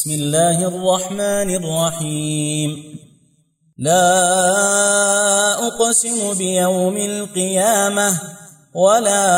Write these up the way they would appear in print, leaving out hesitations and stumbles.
بسم الله الرحمن الرحيم. لا أقسم بيوم القيامة ولا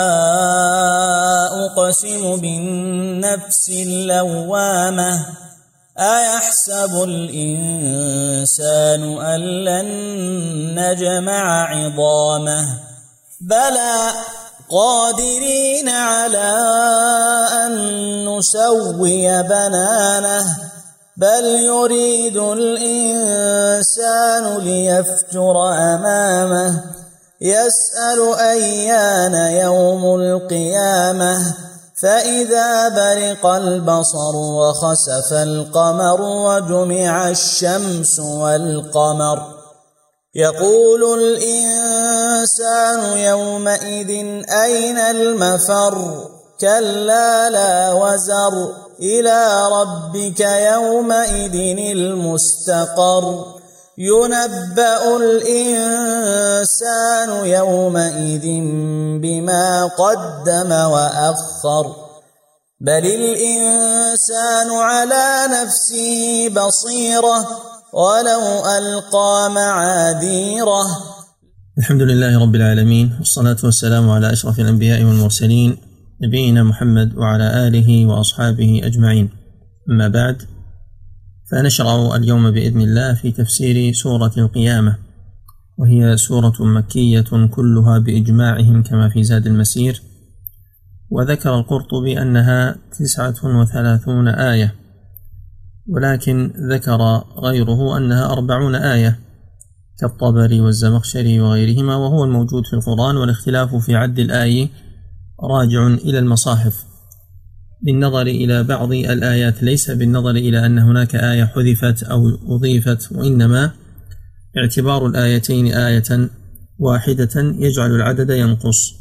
أقسم بالنفس اللوامة أيحسب الإنسان أن لن نجمع عظامه بلى قادرين على أن نسوي بنانه بل يريد الإنسان ليفجر أمامه يسأل أيان يوم القيامة فإذا برق البصر وخسف القمر وجمع الشمس والقمر يقول الإنسان يومئذ أين المفر كلا لا وزر إلى ربك يومئذ المستقر ينبأ الإنسان يومئذ بما قدم وأخر بل الإنسان على نفسه بصيرة ولو ألقى معاذيره. الحمد لله رب العالمين، والصلاة والسلام على أشرف الأنبياء والمرسلين نبينا محمد وعلى آله وأصحابه أجمعين. أما بعد، فنشرع اليوم بإذن الله في تفسير سورة القيامة، وهي سورة مكية كلها بإجماعهم كما في زاد المسير. وذكر القرطبي أنها 39 آية، ولكن ذكر غيره أنها 40 آية كالطبري والزمخشري وغيرهما، وهو الموجود في القرآن، والاختلاف في عد الآية راجع إلى المصاحف بالنظر إلى بعض الآيات، ليس بالنظر إلى أن هناك آية حذفت أو أضيفت، وإنما اعتبار الآيتين آية واحدة يجعل العدد ينقص.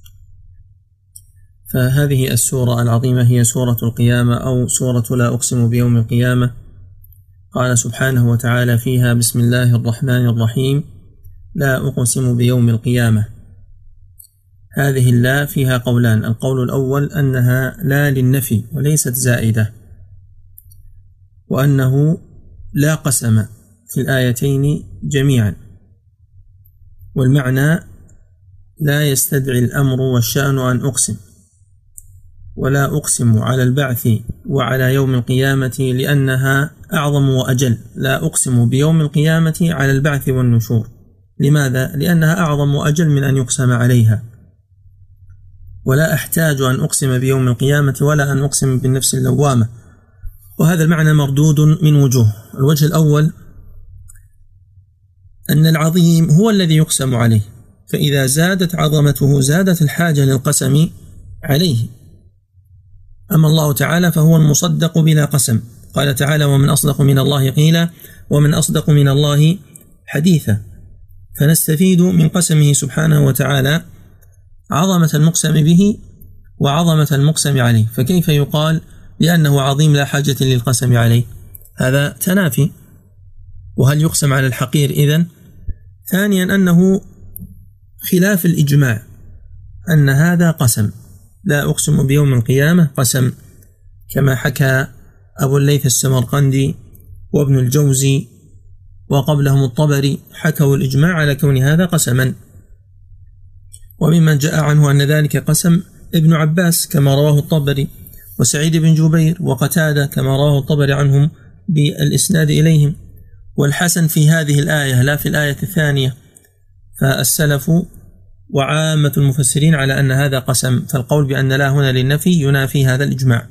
فهذه السورة العظيمة هي سورة القيامة أو سورة لا أقسم بيوم القيامة. قال سبحانه وتعالى فيها: بسم الله الرحمن الرحيم، لا أقسم بيوم القيامة. هذه اللا فيها قولان: القول الأول أنها لا للنفي وليست زائدة، وأنه لا قسم في الآيتين جميعا، والمعنى لا يستدعي الأمر والشأن أن أقسم، ولا أقسم على البعث وعلى يوم القيامة لأنها أعظم وأجل. لا أقسم بيوم القيامة على البعث والنشور. لماذا؟ لأنها أعظم وأجل من أن يقسم عليها، ولا أحتاج أن أقسم بيوم القيامة ولا أن أقسم بالنفس اللوامة. وهذا المعنى مردود من وجوه. الوجه الأول أن العظيم هو الذي يقسم عليه، فإذا زادت عظمته زادت الحاجة للقسم عليه. أما الله تعالى فهو المصدق بلا قسم. قال تعالى: ومن أصدق من الله قيلا ومن أصدق من الله حديثا. فنستفيد من قسمه سبحانه وتعالى عظمة المقسم به وعظمة المقسم عليه، فكيف يقال لأنه عظيم لا حاجة للقسم عليه؟ هذا تنافي. وهل يقسم على الحقير إذن؟ ثانيا أنه خلاف الإجماع أن هذا قسم. لا أقسم بيوم القيامة قسم، كما حكى أبو الليث السمرقندي وابن الجوزي وقبلهم الطبري، حكوا الإجماع على كون هذا قسما. وممن جاء عنه أن ذلك قسم ابن عباس كما رواه الطبري، وسعيد بن جبير، وقتادة كما رواه الطبري عنهم بالإسناد إليهم. والحسن في هذه الآية لا في الآية الثانية. فالسلف وعامة المفسرين على أن هذا قسم، فالقول بأن لا هنا للنفي ينافي هذا الإجماع.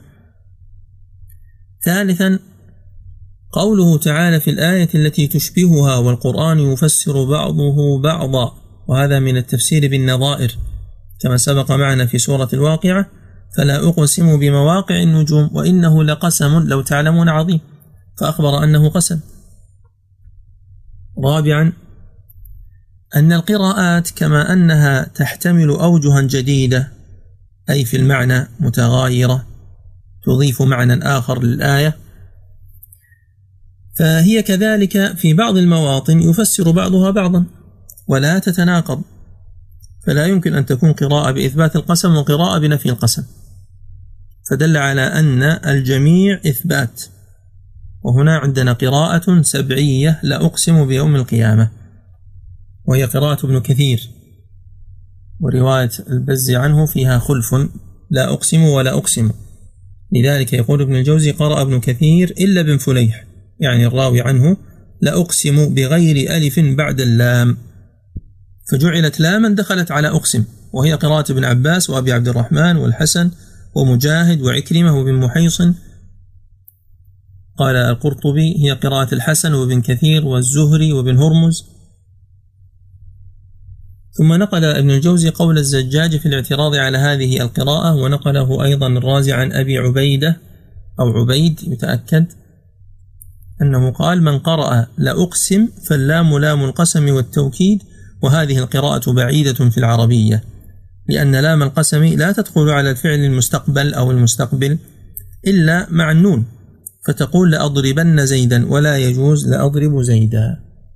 ثالثا قوله تعالى في الآية التي تشبهها والقرآن يفسر بعضه بعضا، وهذا من التفسير بالنظائر كما سبق معنا في سورة الواقعة: فلا أقسم بمواقع النجوم وإنه لقسم لو تعلمون عظيم، فأخبر أنه قسم. رابعا أن القراءات كما أنها تحتمل أوجها جديدة، أي في المعنى متغايرة تضيف معنى آخر للآية، فهي كذلك في بعض المواطن يفسر بعضها بعضا ولا تتناقض. فلا يمكن أن تكون قراءة بإثبات القسم وقراءة بنفي القسم، فدل على أن الجميع إثبات وهنا عندنا قراءة سبعية لا أقسم بيوم القيامة، وهي قراءة ابن كثير، ورواية البزي عنه فيها خلف لا أقسم ولا أقسم. لذلك يقول ابن الجوزي قرأ ابن كثير إلا بن فليح، يعني الراوي عنه، لا أقسم بغير ألف بعد اللام، فجعلت لاما دخلت على أقسم، وهي قراءة ابن عباس وأبي عبد الرحمن والحسن ومجاهد وعكرمة وابن محيصن. قال القرطبي هي قراءة الحسن وابن كثير والزهري وابن هرمز. ثم نقل ابن الجوزي قول الزجاج في الاعتراض على هذه القراءة، ونقله أيضا الرازي عن أبي عبيدة أو عبيد يتأكد أنه قال: من قرأ لأقسم فاللام لام القسم والتوكيد، وهذه القراءة بعيدة في العربية، لأن لام القسم لا تدخل على الفعل المستقبل أو المستقبل إلا مع النون، فتقول لأضربن زيدا، ولا يجوز لأضرب زيدا.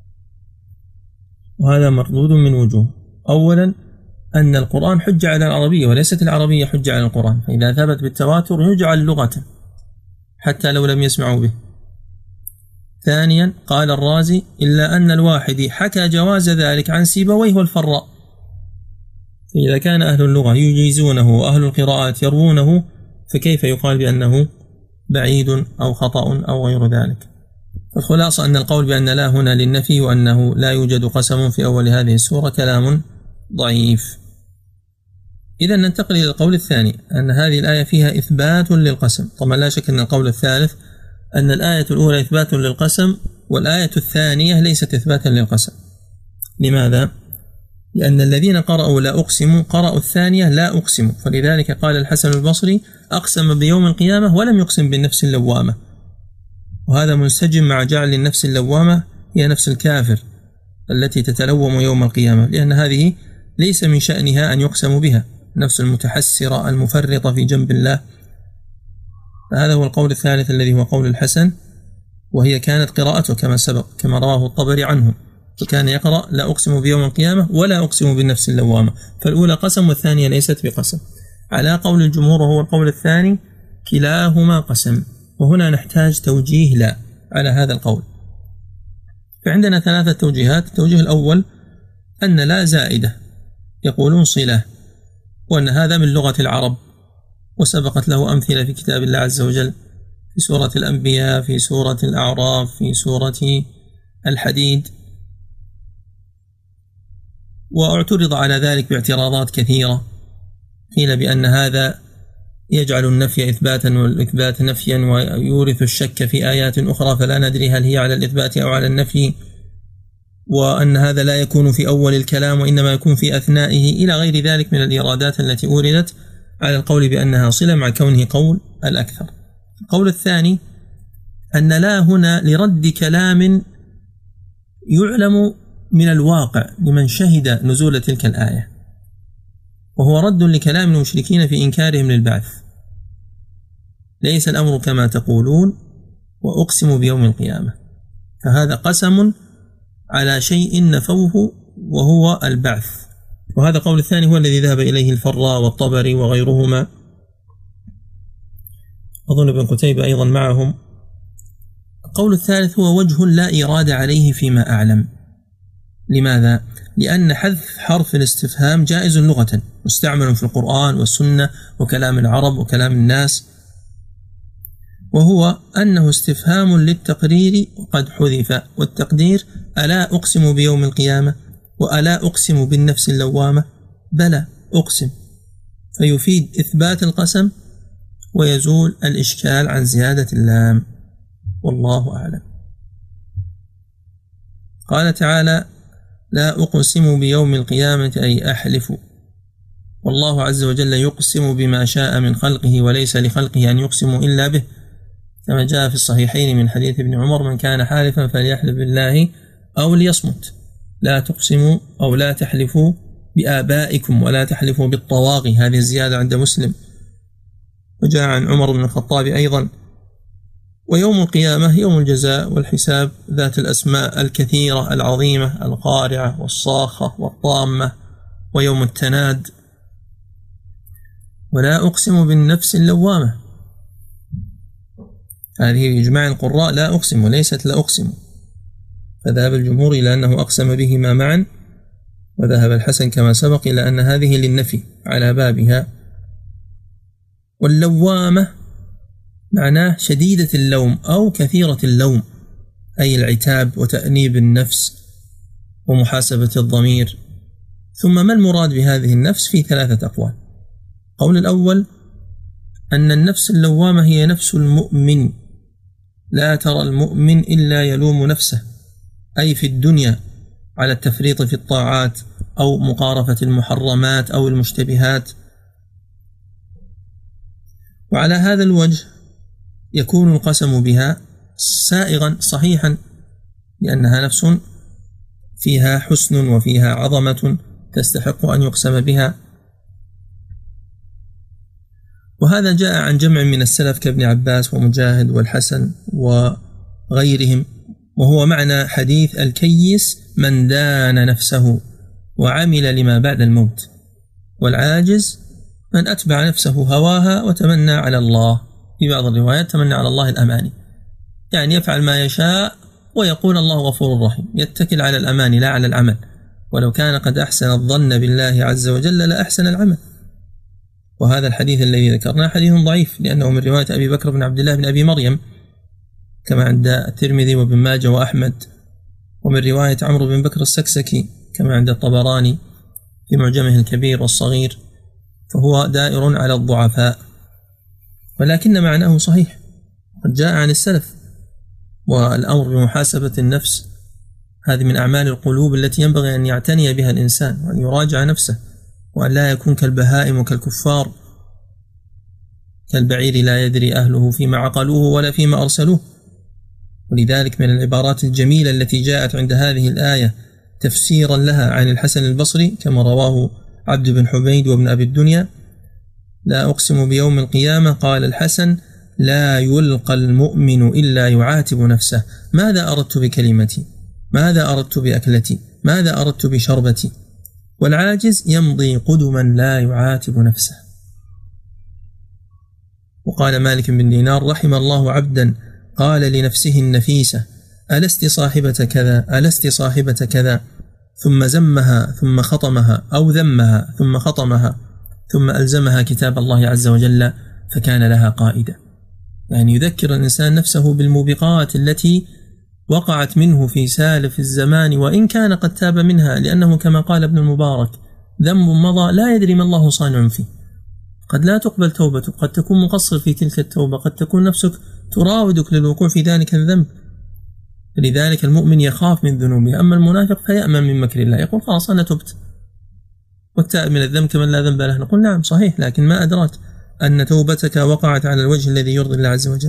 وهذا مردود من وجوه. أولا أن القرآن حجة على العربية، وليست العربية حجة على القرآن، فإذا ثبت بالتواتر يجعل لغة حتى لو لم يسمعوا به. ثانيا قال الرازي: إلا أن الواحد حكى جواز ذلك عن سيبويه والفراء، فإذا كان أهل اللغة يجيزونه وأهل القراءات يروونه، فكيف يقال بأنه بعيد أو خطأ أو غير ذلك؟ فالخلاصة أن القول بأن لا هنا للنفي وأنه لا يوجد قسم في أول هذه السورة كلام ضعيف. إذا ننتقل إلى القول الثاني، أن هذه الآية فيها إثبات للقسم. طبعا لا شك أن القول الثالث أن الآية الأولى إثبات للقسم، والآية الثانية ليست إثباتا للقسم. لماذا؟ لأن الذين قرأوا لا أقسم قرأوا الثانية لا أقسم، فلذلك قال الحسن البصري: أقسم بيوم القيامة ولم يقسم بالنفس اللوامة. وهذا منسجم مع جعل النفس اللوامة هي نفس الكافر التي تتلوم يوم القيامة، لأن هذه ليس من شأنها أن يقسم بها، نفس المتحسرة المفرطة في جنب الله. فهذا هو القول الثالث الذي هو قول الحسن، وهي كانت قراءته كما سبق، كما رواه الطبري عنه، فكان يقرأ لا أقسم بيوم القيامة ولا أقسم بالنفس اللوامة، فالأولى قسم والثانية ليست بقسم. على قول الجمهور وهو القول الثاني كلاهما قسم، وهنا نحتاج توجيه لا على هذا القول. فعندنا ثلاثة توجيهات. التوجيه الأول أن لا زائدة، يقولون صلة، وأن هذا من لغة العرب، وسبقت له أمثلة في كتاب الله عز وجل، في سورة الأنبياء، في سورة الأعراف، في سورة الحديد. واعترض على ذلك باعتراضات كثيرة، قيل بأن هذا يجعل النفي إثباتا والإثبات نفيا، ويورث الشك في آيات أخرى، فلا ندري هل هي على الإثبات أو على النفي، وأن هذا لا يكون في أول الكلام وإنما يكون في أثنائه، إلى غير ذلك من الإرادات التي أوردت على القول بأنها صلة مع كونه قول الأكثر. القول الثاني أن لا هنا لرد كلام يعلم من الواقع لمن شهد نزول تلك الآية، وهو رد لكلام المشركين في إنكارهم للبعث. ليس الأمر كما تقولون وأقسم بيوم القيامة، فهذا قسم على شيء نفوه وهو البعث. وهذا قول الثاني هو الذي ذهب إليه الفراء والطبري وغيرهما، أظن ابن قتيبة أيضا معهم. القول الثالث هو وجه لا إرادة عليه فيما أعلم. لماذا؟ لأن حذف حرف الاستفهام جائز لغة، مستعمل في القرآن والسنة وكلام العرب وكلام الناس، وهو أنه استفهام للتقرير وقد حذف، والتقدير ألا أقسم بيوم القيامة وألا أقسم بالنفس اللوامة، بلى أقسم، فيفيد إثبات القسم ويزول الإشكال عن زيادة اللام، والله أعلم. قال تعالى: لا أقسم بيوم القيامة أي أحلف، والله عز وجل يقسم بما شاء من خلقه، وليس لخلقه أن يقسموا إلا به، كما جاء في الصحيحين من حديث ابن عمر: من كان حالفا فليحلف بالله أو ليصمت، لا تقسموا أو لا تحلفوا بآبائكم ولا تحلفوا بالطواغي، هذه الزيادة عند مسلم. وجاء عن عمر بن الخطاب أيضا: ويوم القيامة يوم الجزاء والحساب، ذات الأسماء الكثيرة العظيمة، القارعة والصاخة والطامة ويوم التناد. ولا أقسم بالنفس اللوامة، هذه إجماع القراء لا أقسم وليست لا أقسم، فذهب الجمهور إلى أنه أقسم بهما معا، وذهب الحسن كما سبق إلى أن هذه للنفي على بابها. واللوامة معناه شديدة اللوم أو كثيرة اللوم، أي العتاب وتأنيب النفس ومحاسبة الضمير. ثم ما المراد بهذه النفس؟ في 3 أقوال. قول الأول أن النفس اللوامة هي نفس المؤمن، لا ترى المؤمن إلا يلوم نفسه، أي في الدنيا على التفريط في الطاعات أو مقارفة المحرمات أو المشتبهات. وعلى هذا الوجه يكون القسم بها سائغا صحيحا، لأنها نفس فيها حسن وفيها عظمة تستحق أن يقسم بها. وهذا جاء عن جمع من السلف كابن عباس ومجاهد والحسن وغيرهم، وهو معنى حديث الكيس من دان نفسه وعمل لما بعد الموت، والعاجز من أتبع نفسه هواها وتمنى على الله. في بعض الروايات تمنى على الله الأماني، يعني يفعل ما يشاء ويقول الله غفور رحيم، يتكل على الأماني لا على العمل، ولو كان قد أحسن الظن بالله عز وجل لأحسن العمل. وهذا الحديث الذي ذكرناه حديث ضعيف، لأنه من رواية أبي بكر بن عبد الله بن أبي مريم كما عند الترمذي وابن ماجه وأحمد، ومن رواية عمرو بن بكر السكسكي كما عند الطبراني في معجمه الكبير والصغير، فهو دائر على الضعفاء، ولكن معناه صحيح قد جاء عن السلف. والأمر بمحاسبة النفس هذه من أعمال القلوب التي ينبغي أن يعتني بها الإنسان، وأن يراجع نفسه، وأن لا يكون كالبهائم وكالكفار، كالبعير لا يدري أهله فيما عقلوه ولا فيما أرسلوه. ولذلك من العبارات الجميلة التي جاءت عند هذه الآية تفسيرا لها عن الحسن البصري كما رواه عبد بن حميد وابن أبي الدنيا: لا أقسم بيوم القيامة، قال الحسن: لا يلقى المؤمن إلا يعاتب نفسه، ماذا أردت بكلمتي؟ ماذا أردت بأكلتي؟ ماذا أردت بشربتي؟ والعاجز يمضي قدما لا يعاتب نفسه. وقال مالك بن دينار: رحم الله عبدا قال لنفسه النفيسة: ألست صاحبة كذا، ألست صاحبة كذا، ثم زمها ثم خطمها، أو ذمها ثم خطمها، ثم ألزمها كتاب الله عز وجل فكان لها قائدة. يعني يذكر الإنسان نفسه بالموبقات التي وقعت منه في سالف الزمان، وإن كان قد تاب منها، لأنه كما قال ابن المبارك: ذنب مضى لا يدري ما الله صانع فيه. قد لا تقبل توبتك، قد تكون مقصر في تلك التوبة، قد تكون نفسك تراودك للوقوع في ذلك الذنب. لذلك المؤمن يخاف من ذنوبه، أما المنافق فيأمن من مكر الله، يقول: خلاص أنا تبت. والتائب من الذنب كمن لا ذنب له. نقول: نعم صحيح، لكن ما أدراك أن توبتك وقعت على الوجه الذي يرضي الله عز وجل.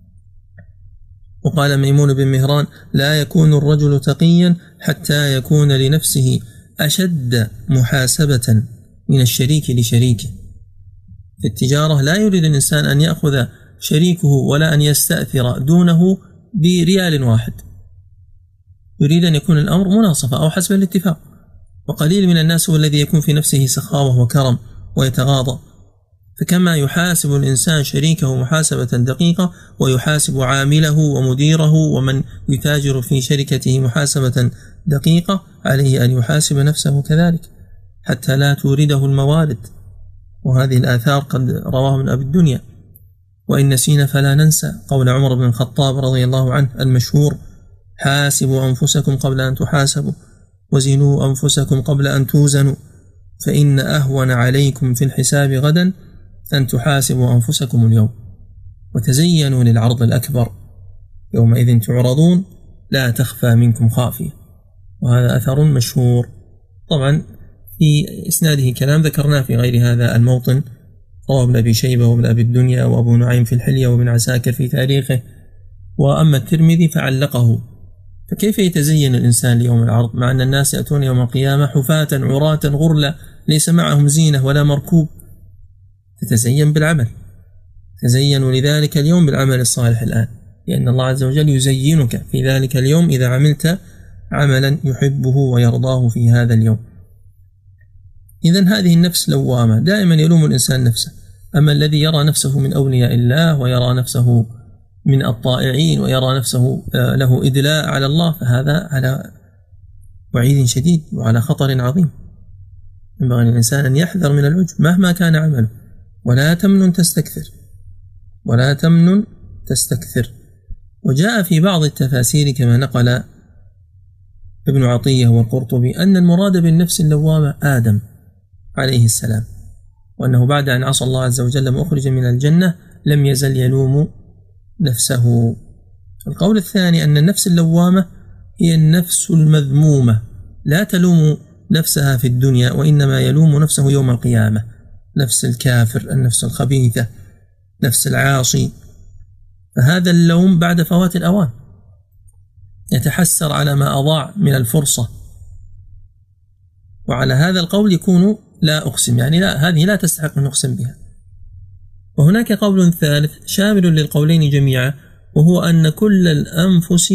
وقال ميمون بن مهران: لا يكون الرجل تقيا حتى يكون لنفسه أشد محاسبة من الشريك لشريكه. في التجارة لا يريد الإنسان أن يأخذ شريكه ولا أن يستأثر دونه بريال واحد، يريد أن يكون الأمر مناصفة أو حسب الاتفاق. وقليل من الناس هو الذي يكون في نفسه سخاوة وكرم ويتغاضى. فكما يحاسب الإنسان شريكه محاسبة دقيقة، ويحاسب عامله ومديره ومن يتاجر في شركته محاسبة دقيقة، عليه أن يحاسب نفسه كذلك حتى لا تورده الموارد. وهذه الآثار قد رواه من أبي الدنيا: وإن نسينا فلا ننسى، قول عمر بن الخطاب رضي الله عنه المشهور: حاسبوا أنفسكم قبل أن تحاسبوا، وزنوا أنفسكم قبل أن توزنوا، فإن أهون عليكم في الحساب غدا أن تحاسبوا أنفسكم اليوم، وتزينوا للعرض الأكبر، يومئذ تعرضون لا تخفى منكم خافية. وهذا أثر مشهور. طبعا في إسناده كلام ذكرناه في غير هذا الموطن، رواه ابن أبي شيبة وابن أبي الدنيا وأبو نعيم في الحلية وابن عساكر في تاريخه. وأما الترمذي فعلقه. فكيف يتزين الإنسان ليوم العرض مع أن الناس يأتون يوم القيامة حفاة عراة غرلا ليس معهم زينة ولا مركوب؟ تتزين بالعمل، تزينوا لذلك اليوم بالعمل الصالح الآن، لأن الله عز وجل يزينك في ذلك اليوم إذا عملت عملا يحبه ويرضاه في هذا اليوم. إذن هذه النفس لوامة، دائما يلوم الإنسان نفسه. أما الذي يرى نفسه من أولياء الله ويرى نفسه من الطائعين ويرى نفسه له إدلاء على الله، فهذا على وعيد شديد وعلى خطر عظيم. ينبغي للإنسان أن يحذر من العجب مهما كان عمله، ولا تمنن تستكثر، ولا تمنن تستكثر. وجاء في بعض التفاسير كما نقل ابن عطية والقرطبي أن المراد بالنفس اللوامة آدم عليه السلام، وأنه بعد أن عصى الله عز وجل مخرجا من الجنة لم يزل يلوم نفسه. القول الثاني أن النفس اللوامة هي النفس المذمومة، لا تلوم نفسها في الدنيا، وإنما يلوم نفسه يوم القيامة، نفس الكافر، النفس الخبيثة، نفس العاصي. فهذا اللوم بعد فوات الأوان، يتحسر على ما أضاع من الفرصة. وعلى هذا القول يكون لا أقسم، يعني لا، هذه لا تستحق أن نقسم بها. وهناك قول ثالث شامل للقولين جميعا، وهو أن كل الأنفس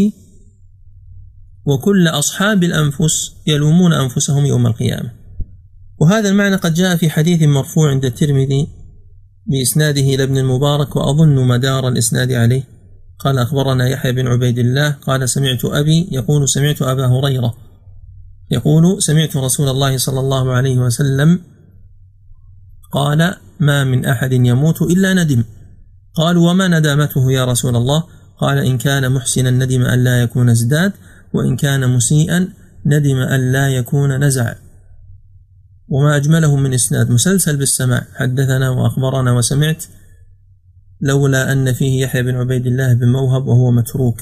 وكل أصحاب الأنفس يلومون أنفسهم يوم القيامة. وهذا المعنى قد جاء في حديث مرفوع عند الترمذي بإسناده إلى ابن المبارك، وأظن مدار الإسناد عليه. قال أخبرنا يحيى بن عبيد الله قال سمعت أبي يقول سمعت أبا هريرة يقول سمعت رسول الله صلى الله عليه وسلم قال ما من أحد يموت إلا ندم. قالوا وما ندامته يا رسول الله؟ قال إن كان محسنا ندم أن لا يكون ازداد، وإن كان مسيئا ندم أن لا يكون نزع. وما أجمله من إسناد مسلسل بالسماع، حدثنا وأخبرنا وسمعت، لولا أن فيه يحيى بن عبيد الله بن موهب وهو متروك،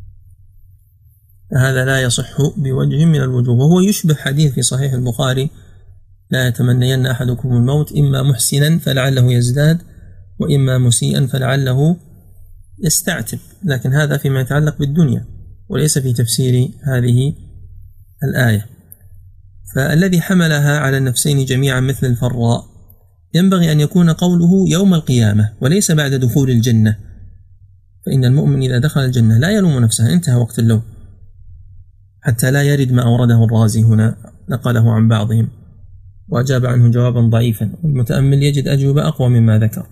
هذا لا يصح بوجه من الوجوه. وهو يشبه حديث في صحيح البخاري لا يتمنين أحدكم الموت إما محسنا فلعله يزداد، وإما مسيئا فلعله يستعتب، لكن هذا فيما يتعلق بالدنيا وليس في تفسير هذه الآية. فالذي حملها على النفسين جميعا مثل الفراء ينبغي أن يكون قوله يوم القيامة وليس بعد دخول الجنة، فإن المؤمن إذا دخل الجنة لا يلوم نفسه، انتهى وقت اللوم، حتى لا يرد ما أورده الرازي هنا نقله عن بعضهم وأجاب عنه جوابا ضعيفا، والمتأمل يجد أجوبة أقوى مما ذكر.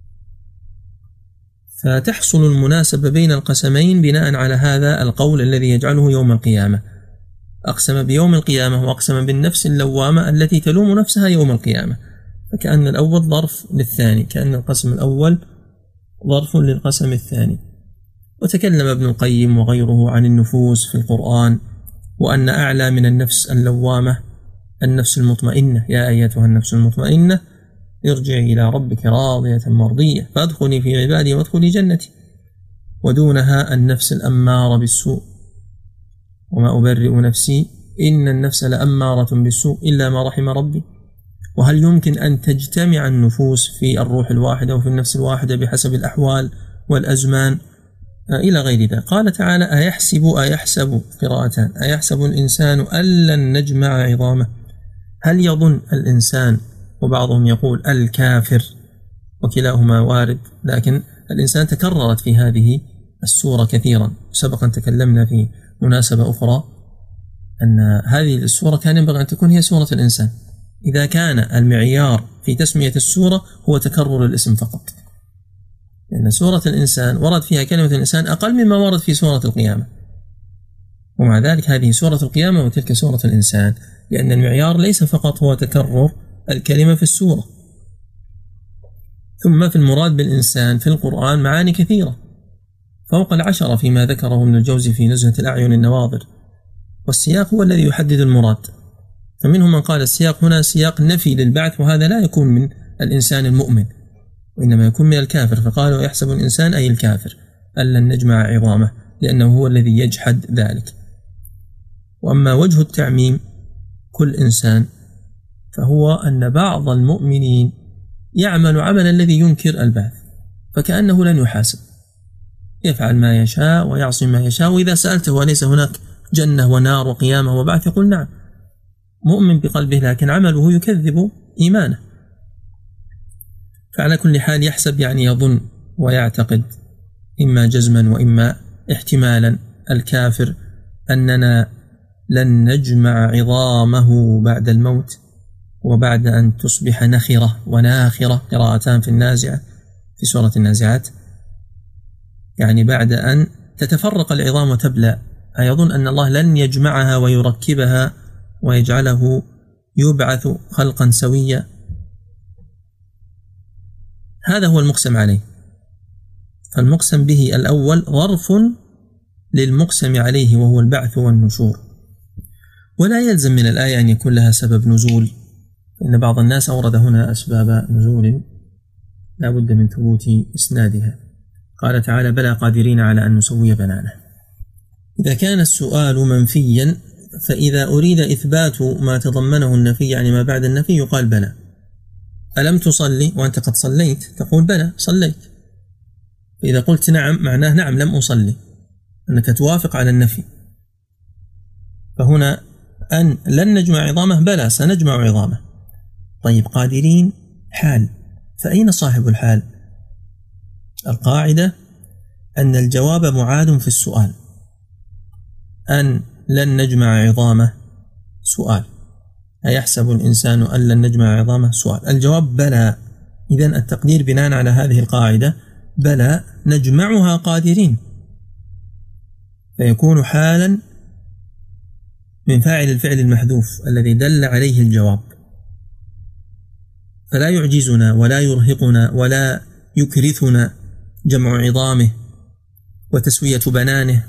فتحصل المناسبة بين القسمين بناء على هذا القول الذي يجعله يوم القيامة. أقسم بيوم القيامة وأقسم بالنفس اللوامة التي تلوم نفسها يوم القيامة، فكأن الأول ظرف للثاني، كأن القسم الأول ظرف للقسم الثاني. وتكلم ابن القيم وغيره عن النفوس في القرآن، وأن أعلى من النفس اللوامة النفس المطمئنة، يا أيتها النفس المطمئنة ارجعي إلى ربك راضية مرضية فادخلي في عبادي وادخلي جنتي. ودونها النفس الأمارة بالسوء، وما أبرئ نفسي إن النفس لأمارة بالسوء إلا ما رحم ربي. وهل يمكن أن تجتمع النفوس في الروح الواحدة وفي النفس الواحدة بحسب الأحوال والأزمان إلى غير ذلك؟ قال تعالى أيحسب قراءتان أيحسب الإنسان أن لن نجمع عظامه. هل يظن الإنسان، وبعضهم يقول الكافر، وكلاهما وارد، لكن الإنسان تكررت في هذه السورة كثيرا. سبقا تكلمنا في مناسبة أخرى أن هذه السورة كان ينبغي أن تكون هي سورة الإنسان، إذا كان المعيار في تسمية السورة هو تكرر الاسم فقط، لأن سورة الإنسان ورد فيها كلمة الإنسان أقل مما ورد في سورة القيامة، ومع ذلك هذه سورة القيامة وتلك سورة الإنسان، لأن المعيار ليس فقط هو تكرر الكلمة في السورة. ثم في المراد بالإنسان في القرآن معاني كثيرة فوق 10 فيما ذكره ابن الجوزي في نزهة الأعين النواظر، والسياق هو الذي يحدد المراد. فمنهم من قال السياق هنا سياق نفي للبعث، وهذا لا يكون من الإنسان المؤمن وإنما يكون من الكافر، فقالوا يحسب الإنسان أي الكافر أن لن نجمع عظامه، لأنه هو الذي يجحد ذلك. وأما وجه التعميم كل إنسان فهو أن بعض المؤمنين يعمل عمل الذي ينكر البعث، فكأنه لن يحاسب، يفعل ما يشاء ويعصي ما يشاء، وإذا سألته أليس هناك جنة ونار وقيامة وبعث يقول نعم، مؤمن بقلبه لكن عمله يكذب إيمانه. فعلى كل حال يحسب يعني يظن ويعتقد إما جزما وإما احتمالا الكافر أننا لن نجمع عظامه بعد الموت وبعد أن تصبح نخرة وناخرة، قراءتان في النازعة في سورة النازعات، يعني بعد أن تتفرق العظام وتبلى، أيظن أن الله لن يجمعها ويركبها ويجعله يبعث خلقا سويا؟ هذا هو المقسم عليه. فالمقسم به الأول ظرف للمقسم عليه وهو البعث والنشور، ولا يلزم من الآية أن يكون لها سبب نزول، إن بعض الناس أورد هنا أسباب نزول لا بد من ثبوت إسنادها. قال تعالى: بلى قادرين على أن نسوي بنانه. إذا كان السؤال منفيا، فإذا أريد إثبات ما تضمنه النفي يعني ما بعد النفي يقال بلى. ألم تصلي وأنت قد صليت؟ تقول بلى صليت. فإذا قلت نعم معناه نعم لم أصلي، أنك توافق على النفي. فهنا أن لن نجمع عظامه، بلى سنجمع عظامه. طيب قادرين حال، فأين صاحب الحال؟ القاعدة أن الجواب معاد في السؤال. أن لن نجمع عظامه سؤال، أيحسب الإنسان أن لن نجمع عظامه سؤال، الجواب بلى. إذن التقدير بناء على هذه القاعدة بلى نجمعها قادرين، فيكون حالا من فاعل الفعل المحذوف الذي دل عليه الجواب، فلا يعجزنا ولا يرهقنا ولا يكرثنا جمع عظامه وتسوية بنانه،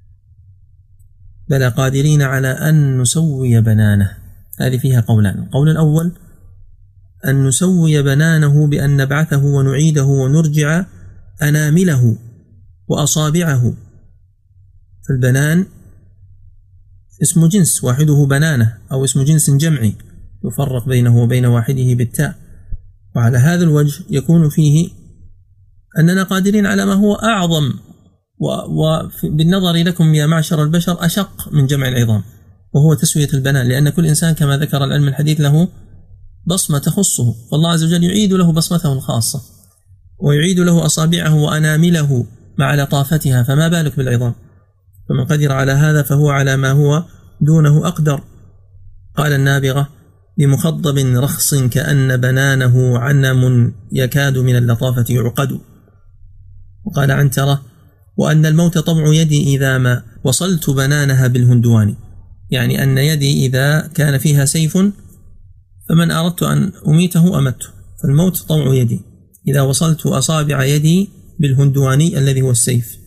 بل قادرين على أن نسوي بنانه. هذه فيها قولان: القول الأول أن نسوي بنانه بأن نبعثه ونعيده ونرجع أنامله وأصابعه، فالبنان اسم جنس واحده بنانه، أو اسم جنس جمعي يفرق بينه وبين واحده بالتاء، وعلى هذا الوجه يكون فيه أننا قادرين على ما هو أعظم وبالنظر لكم يا معشر البشر أشق من جمع العظام، وهو تسوية البنان، لأن كل إنسان كما ذكر العلم الحديث له بصمة تخصه، فالله عز وجل يعيد له بصمته الخاصة ويعيد له أصابعه وأنامله مع لطافتها، فما بالك بالعظام؟ فمن قدر على هذا فهو على ما هو دونه أقدر. قال النابغة: بمخضب رخص كأن بنانه عنم يكاد من اللطافة يعقد. وقال عنترة: وأن الموت طبع يدي إذا ما وصلت بنانها بالهندوان، يعني أن يدي إذا كان فيها سيف فمن أردت أن أميته أمته، فالموت طبع يدي إذا وصلت أصابع يدي بالهندواني الذي هو السيف.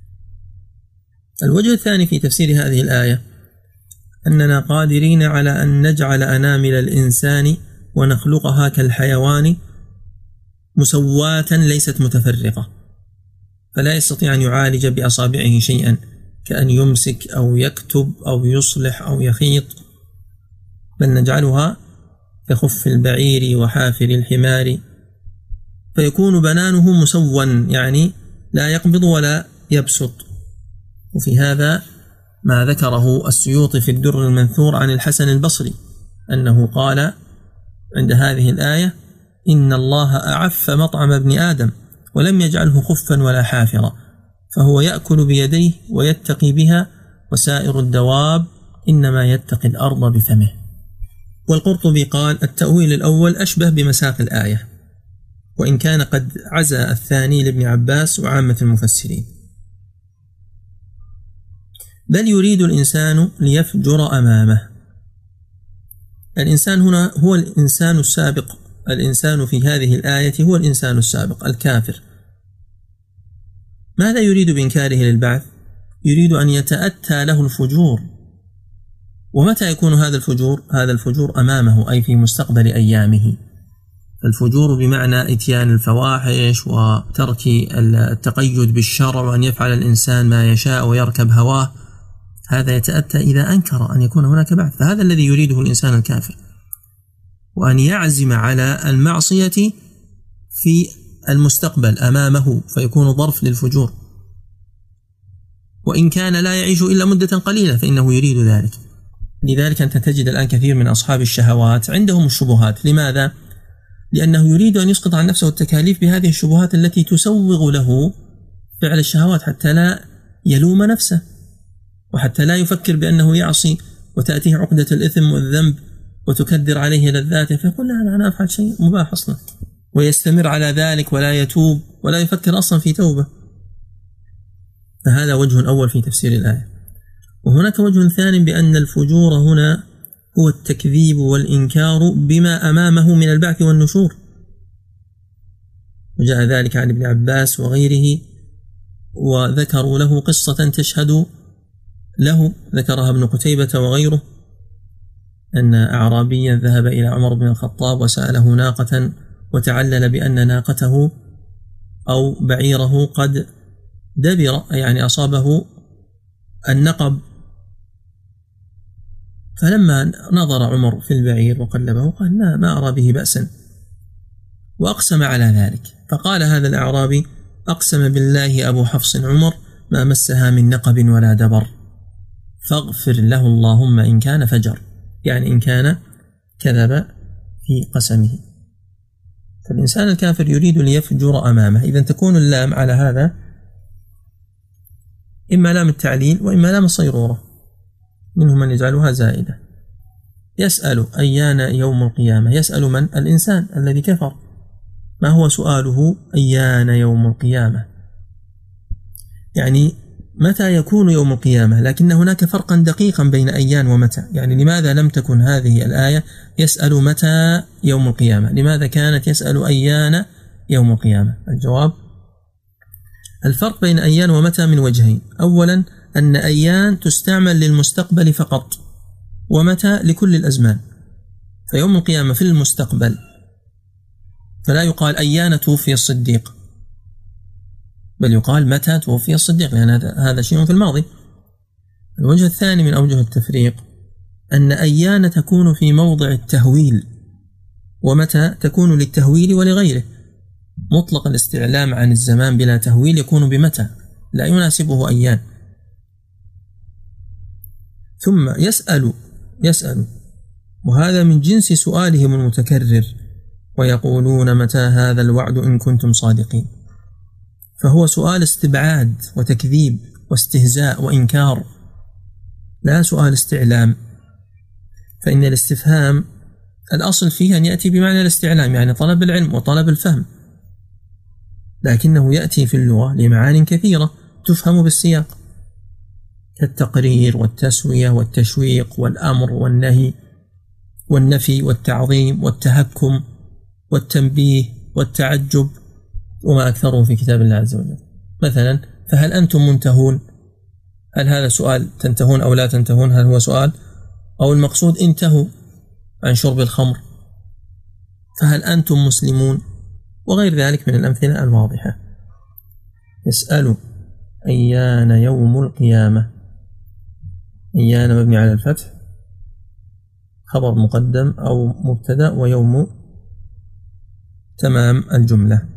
الوجه الثاني في تفسير هذه الآية أننا قادرين على أن نجعل أنامل الإنسان ونخلقها كالحيوان مسواة ليست متفرقة، فلا يستطيع أن يعالج بأصابعه شيئا كأن يمسك أو يكتب أو يصلح أو يخيط، بل نجعلها كخف البعير وحافر الحمار، فيكون بنانه مسوا يعني لا يقبض ولا يبسط. وفي هذا ما ذكره السيوطي في الدر المنثور عن الحسن البصري أنه قال عند هذه الآية: إن الله أعف مطعم ابن آدم ولم يجعله خفا ولا حافرا، فهو يأكل بيديه ويتقي بها، وسائر الدواب إنما يتقي الأرض بفمه. والقرطبي قال: التأويل الأول أشبه بمساق الآية، وإن كان قد عزى الثاني لابن عباس وعامة المفسرين. بل يريد الإنسان ليفجر أمامه. الإنسان هنا هو الإنسان السابق، الإنسان في هذه الآية هو الإنسان السابق الكافر. ماذا يريد بإنكاره للبعث؟ يريد أن يتأتى له الفجور. ومتى يكون هذا الفجور؟ هذا الفجور أمامه، أي في مستقبل أيامه. الفجور بمعنى إتيان الفواحش وترك التقيد بالشرع وأن يفعل الإنسان ما يشاء ويركب هواه، هذا يتأتى إذا أنكر أن يكون هناك بعث، فهذا الذي يريده الإنسان الكافر، وأن يعزم على المعصية في المستقبل أمامه، فيكون ظرف للفجور. وإن كان لا يعيش إلا مدة قليلة فإنه يريد ذلك. لذلك أنت تجد الآن كثير من أصحاب الشهوات عندهم الشبهات. لماذا؟ لأنه يريد أن يسقط عن نفسه التكاليف بهذه الشبهات التي تسوغ له فعل الشهوات، حتى لا يلوم نفسه وحتى لا يفكر بأنه يعصي وتأتيه عقدة الإثم والذنب وتكدر عليه لذاته، فيقول: لا أنا أفعل شيء مباح أصلا، ويستمر على ذلك ولا يتوب ولا يفكر أصلا في توبة. فهذا وجه أول في تفسير الآية. وهناك وجه ثاني بأن الفجور هنا هو التكذيب والإنكار بما أمامه من البعث والنشور، وجاء ذلك عن ابن عباس وغيره، وذكروا له قصة تشهد له، ذكرها ابن قتيبة وغيره، أن أعرابيا ذهب إلى عمر بن الخطاب وسأله ناقة، وتعلل بأن ناقته أو بعيره قد دبر، يعني أصابه النقب. فلما نظر عمر في البعير وقلبه قال لا، ما أرى به بأسا، وأقسم على ذلك. فقال هذا الأعرابي: أقسم بالله أبو حفص عمر ما مسها من نقب ولا دبر، فاغفر له اللهم إن كان فجر، يعني إن كان كذب في قسمه. فالإنسان الكافر يريد ليفجر أمامه. إذن تكون اللام على هذا إما لام التعليل وإما لام الصيرورة، منهم من يجعلها زائدة. يسأل أيان يوم القيامة، يسأل من؟ الإنسان الذي كفر. ما هو سؤاله؟ أيان يوم القيامة، يعني متى يكون يوم القيامة، لكن هناك فرقا دقيقا بين أيان ومتى. يعني لماذا لم تكن هذه الآية يسأل متى يوم القيامة؟ لماذا كانت يسأل أيان يوم القيامة؟ الجواب: الفرق بين أيان ومتى من وجهين. أولا، أن أيان تستعمل للمستقبل فقط، ومتى لكل الأزمان. فيوم القيامة في المستقبل، فلا يقال أيان توفي الصديق، بل يقال متى توفي الصديق، لأن هذا شيء في الماضي. الوجه الثاني من أوجه التفريق أن أيان تكون في موضع التهويل، ومتى تكون للتهويل ولغيره. مطلق الاستعلام عن الزمان بلا تهويل يكون بمتى، لا يناسبه أيان. ثم يسأل، وهذا من جنس سؤالهم المتكرر، ويقولون متى هذا الوعد إن كنتم صادقين. فهو سؤال استبعاد وتكذيب واستهزاء وإنكار، لا سؤال استعلام. فإن الاستفهام الأصل فيه أن يأتي بمعنى الاستعلام، يعني طلب العلم وطلب الفهم، لكنه يأتي في اللغة لمعان كثيرة تفهم بالسياق، كالتقرير والتسوية والتشويق والأمر والنهي والنفي والتعظيم والتهكم والتنبيه والتعجب، وما أكثره في كتاب الله عز وجل. مثلا: فهل أنتم منتهون؟ هل هذا سؤال تنتهون أو لا تنتهون؟ هل هو سؤال؟ أو المقصود انتهوا عن شرب الخمر. فهل أنتم مسلمون؟ وغير ذلك من الأمثلة الواضحة. يسأل أيان يوم القيامة، أيان مبني على الفتح، خبر مقدم أو مبتدأ، ويوم تمام الجملة.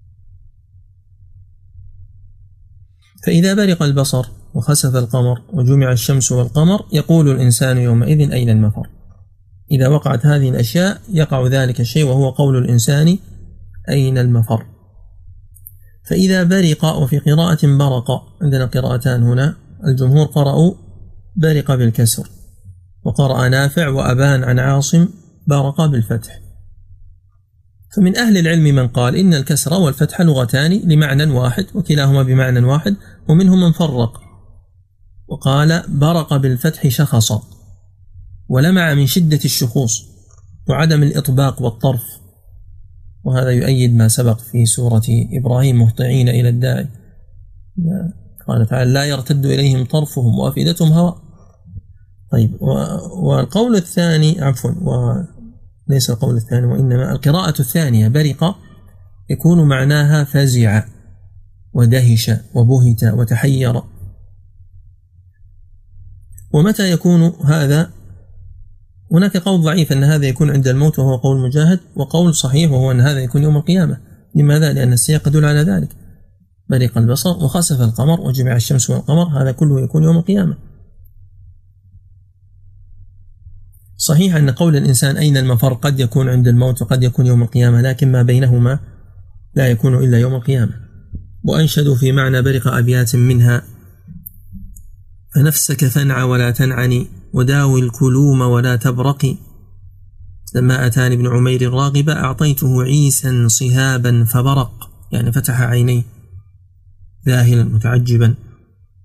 فإذا برق البصر وخسف القمر وجمع الشمس والقمر يقول الإنسان يومئذ أين المفر. إذا وقعت هذه الأشياء يقع ذلك الشيء، وهو قول الإنسان أين المفر. فإذا برق، وفي قراءة برق، عندنا قراءتان هنا، الجمهور قرأوا برق بالكسر، وقرأ نافع وأبان عن عاصم برق بالفتح. فمن أهل العلم من قال إن الكسر والفتح لغتان لمعنى واحد وكلاهما بمعنى واحد، ومنهم من فرق وقال برق بالفتح شخص ولمع من شدة الشخوص وعدم الإطباق والطرف، وهذا يؤيد ما سبق في سورة إبراهيم: مهطعين إلى الداعي. قال تعالى: لا يرتد إليهم طرفهم وأفئدتهم هواء. طيب، والقول الثاني وليس القول الثاني، وإنما القراءة الثانية برق يكون معناها فزع ودهش وبهت وتحير. ومتى يكون هذا؟ هناك قول ضعيف أن هذا يكون عند الموت، وهو قول مجاهد، وقول صحيح وهو أن هذا يكون يوم القيامة. لماذا؟ لأن السياق يدل على ذلك. برق البصر وخسف القمر وجمع الشمس والقمر، هذا كله يكون يوم القيامة. صحيح أن قول الإنسان أين المفر قد يكون عند الموت وقد يكون يوم القيامة، لكن ما بينهما لا يكون إلا يوم القيامة. وأنشدوا في معنى برق أبيات منها: فنفسك فانع ولا تنعني، وداوي الكلوم ولا تبرقي. لما أتاني ابن عمير راغبا أعطيته عيسا صهابا فبرق، يعني فتح عينيه ذاهلا متعجبا.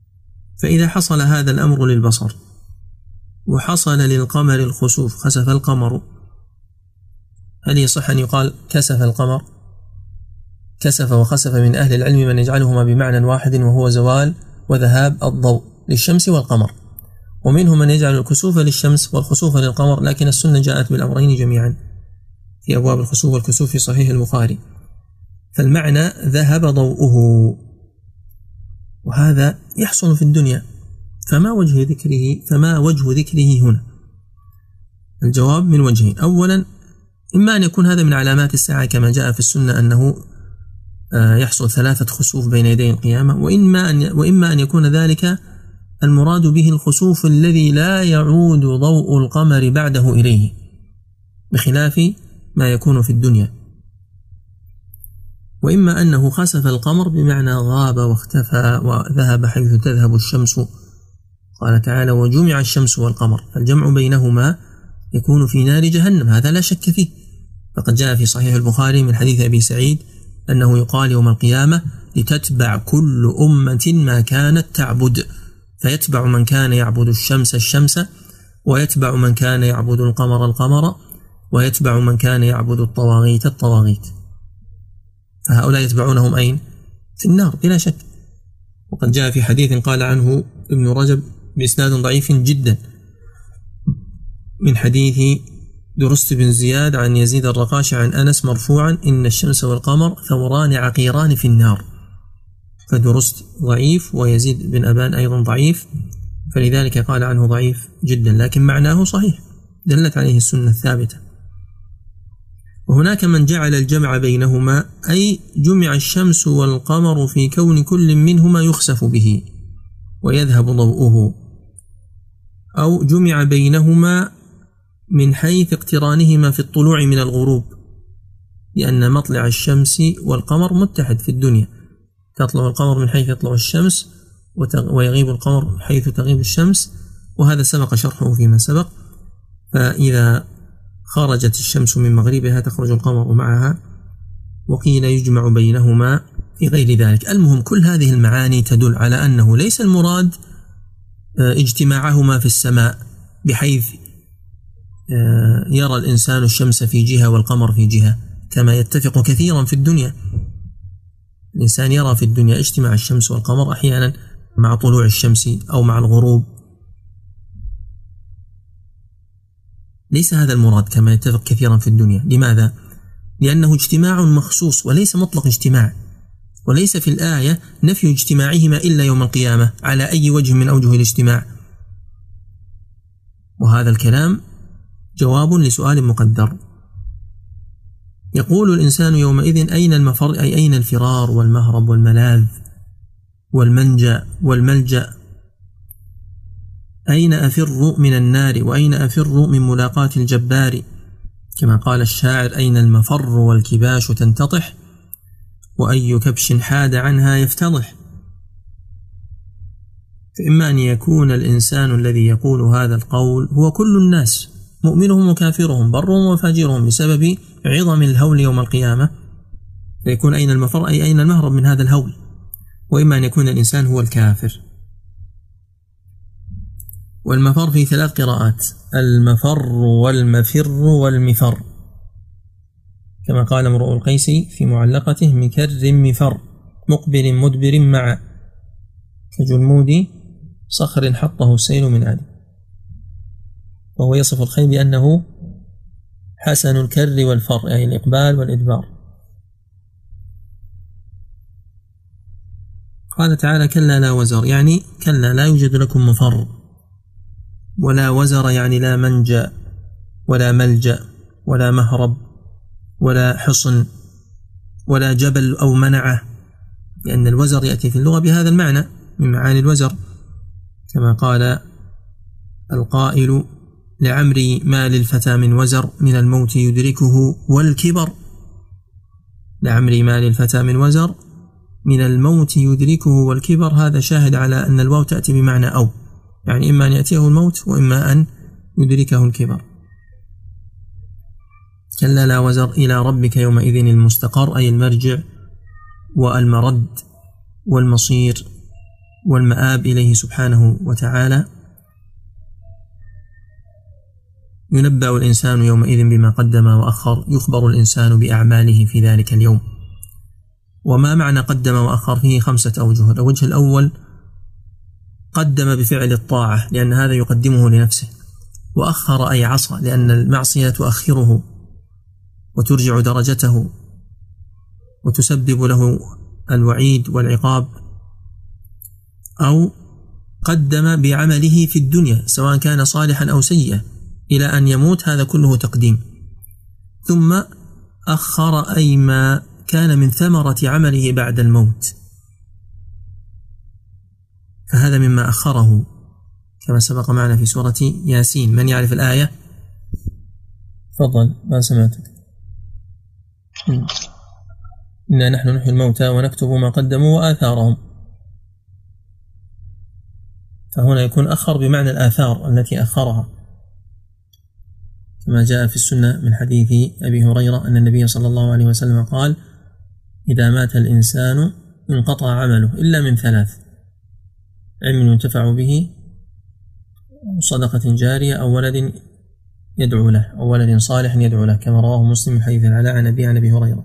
فإذا حصل هذا الأمر للبصر وحصل للقمر الخسوف، خسف القمر، هل يصح أن يقال كسف القمر؟ كسف وخسف من أهل العلم من يجعلهما بمعنى واحد وهو زوال وذهاب الضوء للشمس والقمر، ومنهم من يجعل الكسوف للشمس والخسوف للقمر، لكن السنة جاءت بالأمرين جميعا في أبواب الخسوف والكسوف في صحيح البخاري. فالمعنى ذهب ضوءه، وهذا يحصل في الدنيا، فما وجه ذكره هنا؟ الجواب من وجهين. أولا، إما أن يكون هذا من علامات الساعة كما جاء في السنة أنه يحصل 3 خسوف بين يدي القيامة، وإما أن يكون ذلك المراد به الخسوف الذي لا يعود ضوء القمر بعده إليه، بخلاف ما يكون في الدنيا. وإما أنه خسف القمر بمعنى غاب واختفى وذهب حيث تذهب الشمس، قال تعالى وجمع الشمس والقمر، فالجمع بينهما يكون في نار جهنم، هذا لا شك فيه. فقد جاء في صحيح البخاري من حديث أبي سعيد أنه يقال يوم القيامة لتتبع كل أمة ما كانت تعبد، فيتبع من كان يعبد الشمس الشمس، ويتبع من كان يعبد القمر القمر، ويتبع من كان يعبد الطواغيت الطواغيت، فهؤلاء يتبعونهم أين؟ في النار بلا شك. وقد جاء في حديث قال عنه ابن رجب بإسناد ضعيف جدا من حديث درست بن زياد عن يزيد الرقاشي عن أنس مرفوعا إن الشمس والقمر ثوران عقيران في النار، فدرست ضعيف ويزيد بن أبان أيضا ضعيف، فلذلك قال عنه ضعيف جدا، لكن معناه صحيح دلت عليه السنة الثابتة. وهناك من جعل الجمع بينهما أي جمع الشمس والقمر في كون كل منهما يخسف به ويذهب ضوءه، أو جمع بينهما من حيث اقترانهما في الطلوع من الغروب، لأن مطلع الشمس والقمر متحد في الدنيا، تطلع القمر من حيث يطلع الشمس ويغيب القمر حيث تغيب الشمس، وهذا سبق شرحه فيما سبق. فإذا خرجت الشمس من مغربها تخرج القمر معها، وقيل يجمع بينهما في غير ذلك. المهم كل هذه المعاني تدل على أنه ليس المراد اجتماعهما في السماء بحيث يرى الإنسان الشمس في جهة والقمر في جهة كما يتفق كثيرا في الدنيا. الإنسان يرى في الدنيا اجتماع الشمس والقمر أحيانا مع طلوع الشمس أو مع الغروب، ليس هذا المراد كما يتفق كثيرا في الدنيا. لماذا؟ لأنه اجتماع مخصوص وليس مطلق اجتماع، وليس في الآية نفي اجتماعهما إلا يوم القيامة على أي وجه من أوجه الاجتماع، وهذا الكلام جواب لسؤال مقدر. يقول الإنسان يومئذ أين المفر، أي أين الفرار والمهرب والملاذ والمنجأ والملجأ، أين أفر من النار وأين أفر من ملاقاة الجبار، كما قال الشاعر أين المفر والكباش تنتطح وأي كبش حاد عنها يفتضح. فإما أن يكون الإنسان الذي يقول هذا القول هو كل الناس، مؤمنهم وكافرهم، برهم وفاجرهم، بسبب عظم الهول يوم القيامة، فيكون أين المفر أي أين المهرب من هذا الهول. وإما أن يكون الإنسان هو الكافر. والمفر في 3 قراءات، المفر والمفر والمفر، كما قال امرؤ القيس في معلقته مكر مفر مقبل مدبر مع كجلمود صخر حطه السيل من عدي، وهو يصف الخيل بأنه حسن الكر والفر، يعني الإقبال والإدبار. قال تعالى كلا لا وزر، يعني كلا لا يوجد لكم مفر، ولا وزر يعني لا منجأ ولا ملجأ ولا مهرب ولا حصن ولا جبل أو منعه، لأن الوزر يأتي في اللغة بهذا المعنى من معاني الوزر، كما قال القائل لعمري ما للفتى من وزر من الموت يدركه والكبر، لعمري ما للفتى من وزر من الموت يدركه والكبر. هذا شاهد على أن الواو تأتي بمعنى أو، يعني إما أن يأتيه الموت وإما أن يدركه الكبر. كلا لا وزر إلى ربك يومئذ المستقر، أي المرجع والمرد والمصير والمآب إليه سبحانه وتعالى، ينبأ الإنسان يومئذ بما قدم وأخر، يخبر الإنسان بأعماله في ذلك اليوم. وما معنى قدم وأخر؟ فيه 5 أوجه. الوجه الأول قدم بفعل الطاعة لأن هذا يقدمه لنفسه، وأخر أي عصى لأن المعصية تؤخره وترجع درجته وتسبب له الوعيد والعقاب. أو قدم بعمله في الدنيا سواء كان صالحا أو سيئا إلى أن يموت، هذا كله تقديم. ثم أخر أي ما كان من ثمرة عمله بعد الموت، فهذا مما أخره كما سبق معنا في سورة ياسين. من يعرف الآية؟ تفضل، ما سمعتك. إنا نحن نحيي الموتى ونكتب ما قدموا وآثارهم، فهنا يكون أخر بمعنى الآثار التي أخرها، كما جاء في السنة من حديث أبي هريرة أن النبي صلى الله عليه وسلم قال: إذا مات الإنسان انقطع عمله إلا من 3: علم ينتفع به، صدقة جارية، أو ولد يدعو له، أو ولد صالح يدعو له، كما رواه مسلم من حديث العلاء عن أبي هريرة.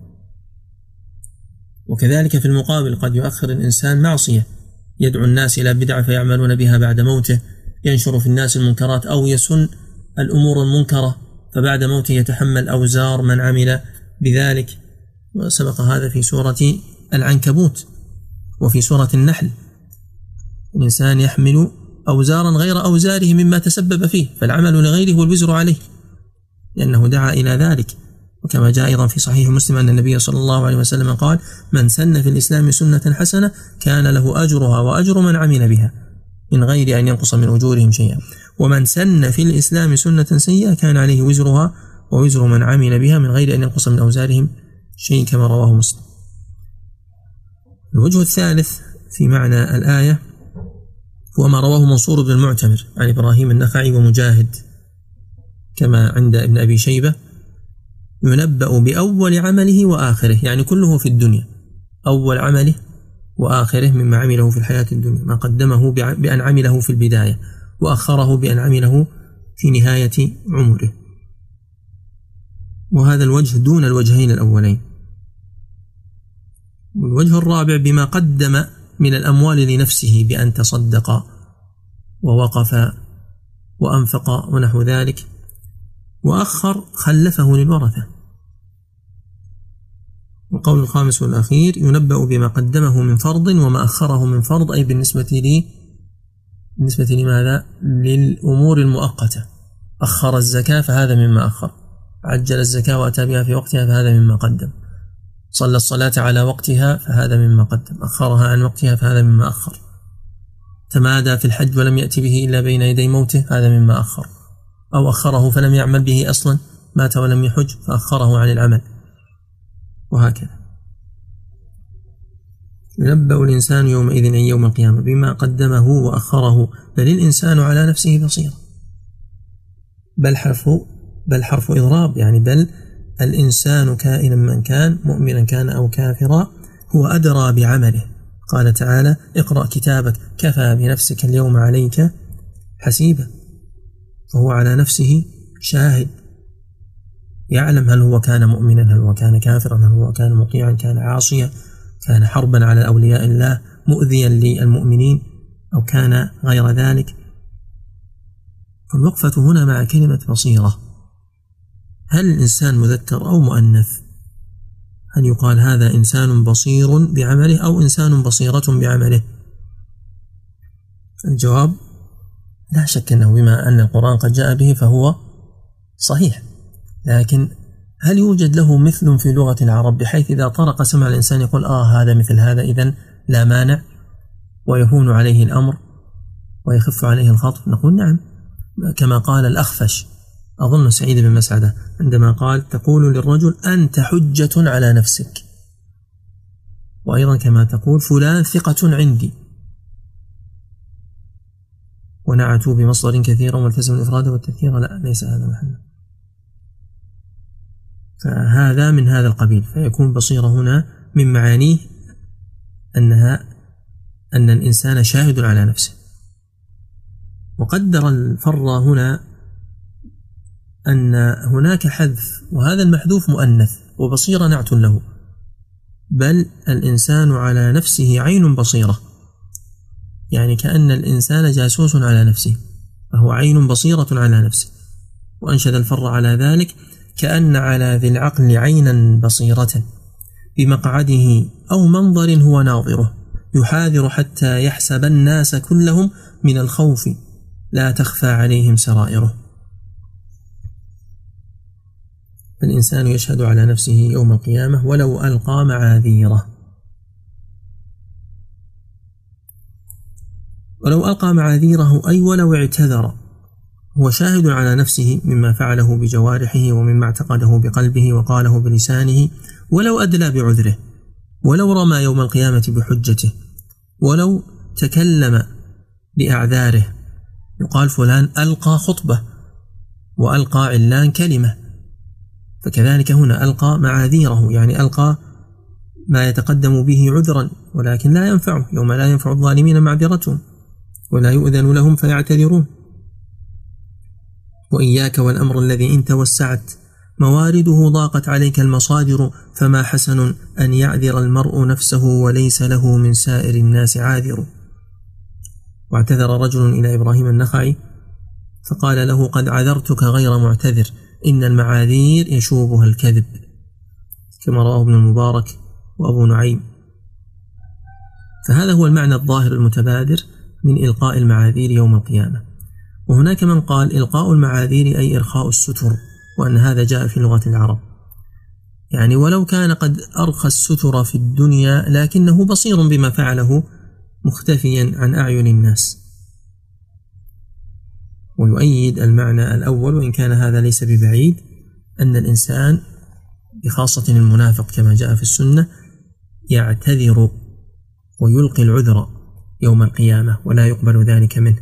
وكذلك في المقابل قد يؤخر الإنسان معصية، يدعو الناس إلى بدعة فيعملون بها بعد موته، ينشر في الناس المنكرات أو يسن الأمور المنكرة، فبعد موته يتحمل أوزار من عمل بذلك. وسبق هذا في سورة العنكبوت وفي سورة النحل. الإنسان يحمل أوزارا غير أوزاره مما تسبب فيه، فالعمل لغيره والوزر عليه لأنه دعا إلى ذلك. وكما جاء أيضا في صحيح مسلم أن النبي صلى الله عليه وسلم قال: من سن في الإسلام سنة حسنة كان له أجرها وأجر من عمل بها من غير أن ينقص من أجورهم شيئا، ومن سن في الإسلام سنة سيئة كان عليه وزرها ووزر من عمل بها من غير أن ينقص من أوزارهم شيء، كما رواه مسلم. الوجه الثالث في معنى الآية هو ما رواه منصور بن المعتمر عن إبراهيم النخعي ومجاهد كما عند ابن أبي شيبة: ينبأ بأول عمله وآخره، يعني كله في الدنيا، أول عمله وآخره مما عمله في الحياة الدنيا، ما قدمه بأن عمله في البداية، وأخره بأن عمله في نهاية عمره. وهذا الوجه دون الوجهين الأولين. والوجه الرابع بما قدم من الأموال لنفسه بأن تصدق ووقف وأنفق ونحو ذلك، وأخر خلفه للورثة. والقول الخامس والأخير ينبأ بما قدمه من فرض وما أخره من فرض، أي بالنسبة لماذا؟ للأمور المؤقتة. أخر الزكاة فهذا مما أخر، عجل الزكاة وأتى بها في وقتها فهذا مما قدم، صلى الصلاة على وقتها فهذا مما قدم، أخرها عن وقتها فهذا مما أخر، تمادى في الحج ولم يأتي به إلا بين يدي موته هذا مما أخر، أو أخره فلم يعمل به أصلا، مات ولم يحج فأخره عن العمل، وهكذا. ينبأ الإنسان يومئذ أي يوم القيامة بما قدمه وأخره، بل الإنسان على نفسه بصيرة. بل حرف إضراب، يعني بل الإنسان كائنا من كان، مؤمنا كان أو كافرا، هو أدرى بعمله. قال تعالى: اقرأ كتابك كفى بنفسك اليوم عليك حسيبا. فهو على نفسه شاهد، يعلم هل هو كان مؤمنا، هل هو كان كافرا، هل هو كان مطيعا، كان عاصيا، كان حربا على أولياء الله، مؤذيا للمؤمنين، أو كان غير ذلك. فالوقفة هنا مع كلمة بصيرة. هل الإنسان مذكر أو مؤنث؟ هل يقال هذا إنسان بصير بعمله أو إنسان بصيرة بعمله؟ الجواب: لا شك أنه بما أن القرآن قد جاء به فهو صحيح، لكن هل يوجد له مثل في لغة العرب بحيث إذا طرق سمع الإنسان يقول هذا مثل هذا، إذن لا مانع ويهون عليه الأمر ويخف عليه الخطر؟ نقول نعم، كما قال الأخفش أظن سعيد بن مسعدة عندما قال: تقول للرجل أنت حجة على نفسك، وأيضا كما تقول فلان ثقة عندي، ونعتوا بمصدر كثيرا والتزم الإفراد والتذكير، لا ليس هذا محله. فهذا من هذا القبيل، فيكون بصيرة هنا من معانيه أنها أن الإنسان شاهد على نفسه. وقدر الفر هنا أن هناك حذف، وهذا المحذوف مؤنث وبصيرة نعت له، بل الإنسان على نفسه عين بصيرة، يعني كأن الإنسان جاسوس على نفسه، فهو عين بصيرة على نفسه. وأنشد الفر على ذلك: كأن على ذي العقل عينا بصيرة بمقعده أو منظر هو ناظره، يحاذر حتى يحسب الناس كلهم من الخوف لا تخفى عليهم سرائره. الإنسان يشهد على نفسه يوم القيامة ولو ألقى معاذيره. ولو ألقى معاذيره أي ولو اعتذر، هو شاهد على نفسه مما فعله بجوارحه ومما اعتقده بقلبه وقاله بلسانه، ولو أدلى بعذره، ولو رمى يوم القيامة بحجته، ولو تكلم بأعذاره. يقال فلان ألقى خطبة وألقى علان كلمة، فكذلك هنا ألقى معاذيره، يعني ألقى ما يتقدم به عذرا، ولكن لا ينفعه يوم لا ينفع الظالمين معذرتهم ولا يؤذن لهم فيعتذرون. وإياك والأمر الذي إن توسعت موارده ضاقت عليك المصادر، فما حسن أن يعذر المرء نفسه وليس له من سائر الناس عاذر. واعتذر رجل إلى إبراهيم النخعي فقال له: قد عذرتك غير معتذر، إن المعاذير يشوبها الكذب، كما رواه ابن المبارك وأبو نعيم. فهذا هو المعنى الظاهر المتبادر من إلقاء المعاذير يوم القيامة. وهناك من قال إلقاء المعاذير أي إرخاء الستر، وأن هذا جاء في لغة العرب، يعني ولو كان قد أرخى الستر في الدنيا لكنه بصير بما فعله مختفيا عن أعين الناس. ويؤيد المعنى الأول، وإن كان هذا ليس ببعيد، أن الإنسان بخاصة المنافق كما جاء في السنة يعتذر ويلقي العذر يوم القيامة ولا يقبل ذلك منه.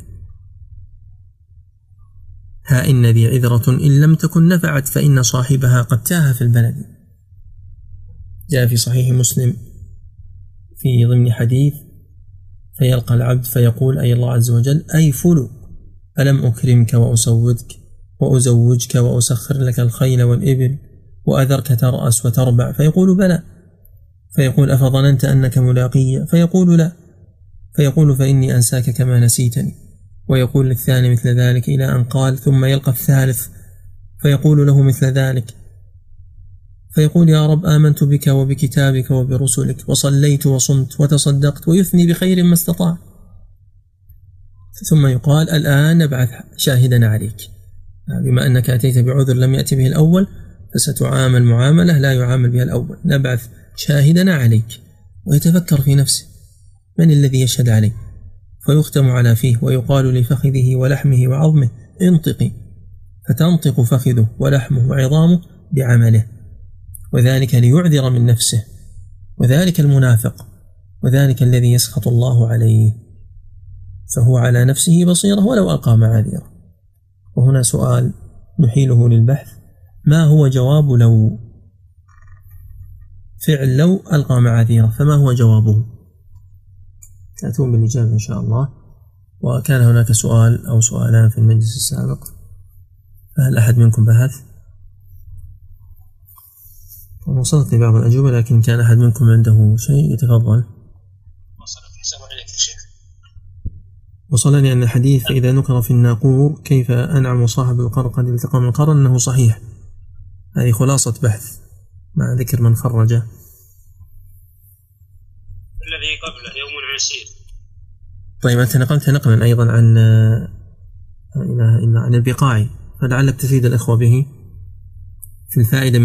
ها إن ذي عذرة إن لم تكن نفعت فإن صاحبها قد تاه في البلد. جاء في صحيح مسلم في ضمن حديث: فيلقى العبد فيقول أي الله عز وجل: أي فلو، ألم أكرمك وأسودك وأزوجك وأسخر لك الخيل والإبل وأذرك ترأس وتربع؟ فيقول: بلى. فيقول: أفظننت أنك ملاقي؟ فيقول: لا. فيقول: فإني أنساك كما نسيتني. ويقول للثاني مثل ذلك إلى أن قال: ثم يلقى الثالث فيقول له مثل ذلك، فيقول: يا رب آمنت بك وبكتابك وبرسلك وصليت وصمت وتصدقت، ويثني بخير ما استطاع. ثم يقال: الآن نبعث شاهدا عليك، بما أنك أتيت بعذر لم يأتي به الأول فستعامل معاملة لا يعامل بها الأول، نبعث شاهدنا عليك. ويتفكر في نفسه: من الذي يشهد عليه؟ فيختم على فيه ويقال لفخذه ولحمه وعظمه: انطقي، فتنطق فخذه ولحمه وعظامه بعمله، وذلك ليعذر من نفسه. وذلك المنافق، وذلك الذي يسخط الله عليه، فهو على نفسه بصيرة ولو ألقى معاذيره. وهنا سؤال نحيله للبحث: ما هو جواب لو؟ فعل لو ألقى معاذيره، فما هو جوابه؟ تأتون بالإجابة إن شاء الله. وكان هناك سؤال أو سؤالان في المجلس السابق، فهل أحد منكم بحث؟ وصلتني بعض الأجوبة، لكن كان أحد منكم عنده شيء يتفضل. وصلني أن الحديث إذا نكر في الناقور كيف أنعم صاحب القرقد التقى من القرن أنه صحيح. هذه خلاصة بحث مع ذكر من خرجه. الذي قبله يوم عسير. طيب أنت نقلت نقلا أيضا عن البقاعي، فلعلك تفيد الأخوة به في الفائدة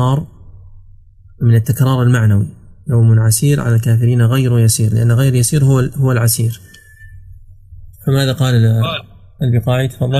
من التكرار المعنوي: يوم عسير على الكافرين غير يسير، لأن غير يسير هو العسير. فماذا قال البقاعي؟ تفضل.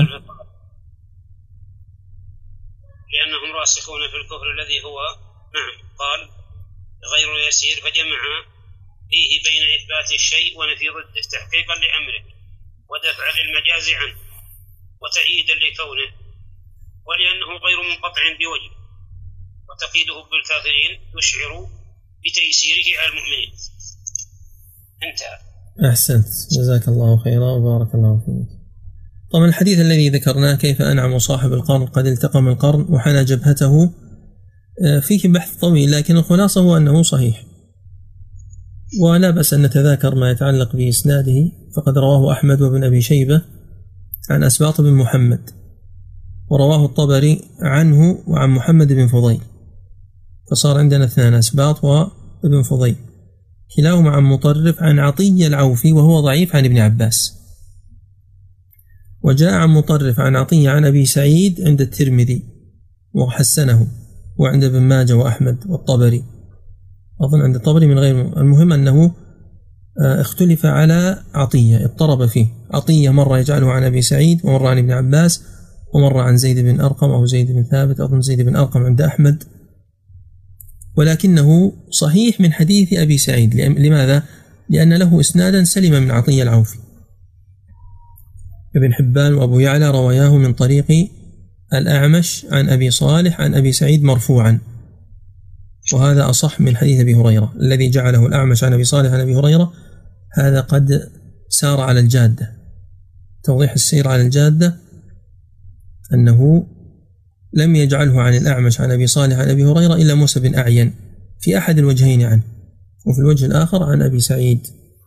لأنهم راسخون في الكفر الذي هو قال غير يسير، فجمع فيه بين إثبات الشيء ونفي ضده تحقيقا لأمره ودفعا للمجاز عنه وتأييدا لكونه، ولأنه غير منقطع بوجه، وتقييده بالكافرين يشعر بتيسيره على المؤمنين. انتهى. أحسنت، جزاك الله خيرا وبارك الله فيك. طبعا الحديث الذي ذكرناه كيف أنعم صاحب القرن قد التقم القرن وحنى جبهته فيه بحث طويل، لكن الخلاصة هو أنه صحيح، ولا بأس أن نتذاكر ما يتعلق بإسناده. فقد رواه أحمد وابن أبي شيبة عن أسباط بن محمد، ورواه الطبري عنه وعن محمد بن فضيل، فصار عندنا 2 أسباط وابن فضيل، كلاهما عن مطرف عن عطية العوفي وهو ضعيف عن ابن عباس. وجاء عن مطرف عن عطية عن أبي سعيد عند الترمذي وحسنه، وعند ابن ماجه وأحمد والطبري، أظن عند الطبري من غير. المهم أنه اختلف على عطية، اضطرب فيه. عطية مرة يجعله عن أبي سعيد، ومرة عن ابن عباس، ومرة عن زيد بن أرقم أو زيد بن ثابت، أظن زيد بن أرقم عند أحمد، ولكنه صحيح من حديث أبي سعيد. لماذا؟ لأن له إسنادا سلم من عطية العوفي. ابن حبان وأبو يعلى رواياه من طريق الأعمش عن أبي صالح عن أبي سعيد مرفوعا، وهذا أصح من حديث أبي هريرة. الذي جعله الأعمش عن أبي صالح عن أبي هريرة هذا قد سار على الجادة. توضيح السير على الجادة أنه لم يجعله عن الأعمش عن أبي صالح عن أبي هريرة إلا موسى بن أعين في أحد الوجهين عنه، وفي الوجه الآخر عن أبي سعيد.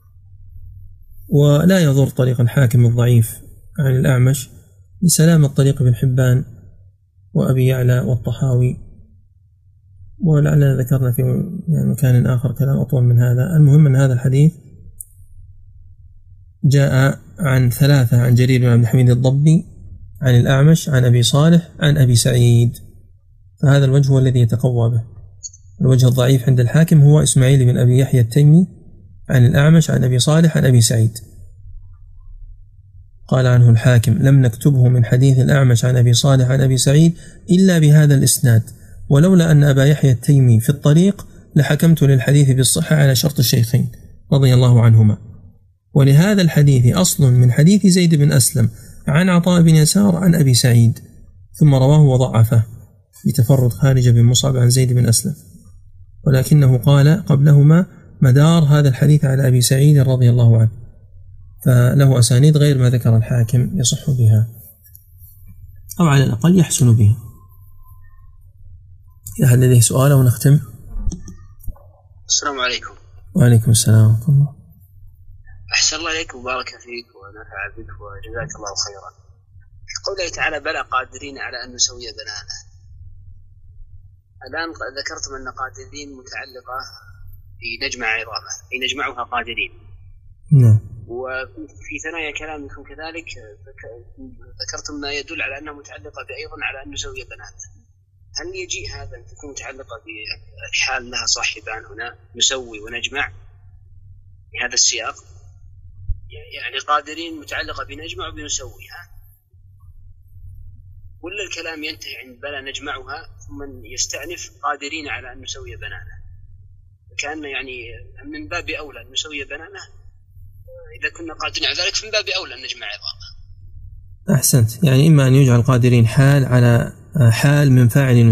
ولا يضر طريق الحاكم الضعيف عن الأعمش لسلامة طريق ابن حبان وأبي يعلى والطحاوي، ولعلنا ذكرنا في مكان آخر كلام أطول من هذا. المهم أن هذا الحديث جاء عن 3 عن جرير بن عبد الحميد الضبي عن الأعمش عن أبي صالح عن أبي سعيد، فهذا الوجه هو الذي يتقوى به. الوجه الضعيف عند الحاكم هو إسماعيل بن أبي يحيى التيمي عن الأعمش عن أبي صالح عن أبي سعيد. قال عنه الحاكم: لم نكتبه من حديث الأعمش عن أبي صالح عن أبي سعيد إلا بهذا الإسناد، ولولا أن أبا يحيى التيمي في الطريق لحكمت للحديث بالصحة على شرط الشيخين رضي الله عنهما. ولهذا الحديث أصل من حديث زيد بن أسلم عن عطاء بن يسار عن أبي سعيد، ثم رواه وضعفه بتفرد خارج بن مصعب عن زيد بن أسلم، ولكنه قال قبلهما مدار هذا الحديث على أبي سعيد رضي الله عنه، فله أسانيد غير ما ذكر الحاكم يصح بها، أو على الأقل يحسن بها. أحد لديه سؤال ونختم؟ السلام عليكم. وعليكم السلام ورحمة الله. أحسن الله إليك وبارك فيك ونفع بك وجزاك الله خيرا. قوله تعالى: بلى قادرين على أن نسوي بنانه. الآن ذكرتم أن قادرين متعلقة بنجمع عظامه، أي نجمعها قادرين. نعم. وفي ثنايا كلامكم كذلك ذكرتم ما يدل على أنها متعلقة أيضا على أن نسوي بنانه. هل يجيء هذا أن تكون متعلقة بحال لها صاحبان هنا، نسوي ونجمع بهذا السياق؟ يعني قادرين متعلقة بنجمع وبنسويها، ولا الكلام ينتهي عند بلا نجمعها ثم يستأنف قادرين على أن نسوي بنانه؟ كأن يعني من باب أولى أن نسوي بنانه، إذا كنا قادرين على ذلك فمن باب أولى أن نجمع عظامه. أحسنت، يعني إما أن يجعل قادرين حال على حال من فاعل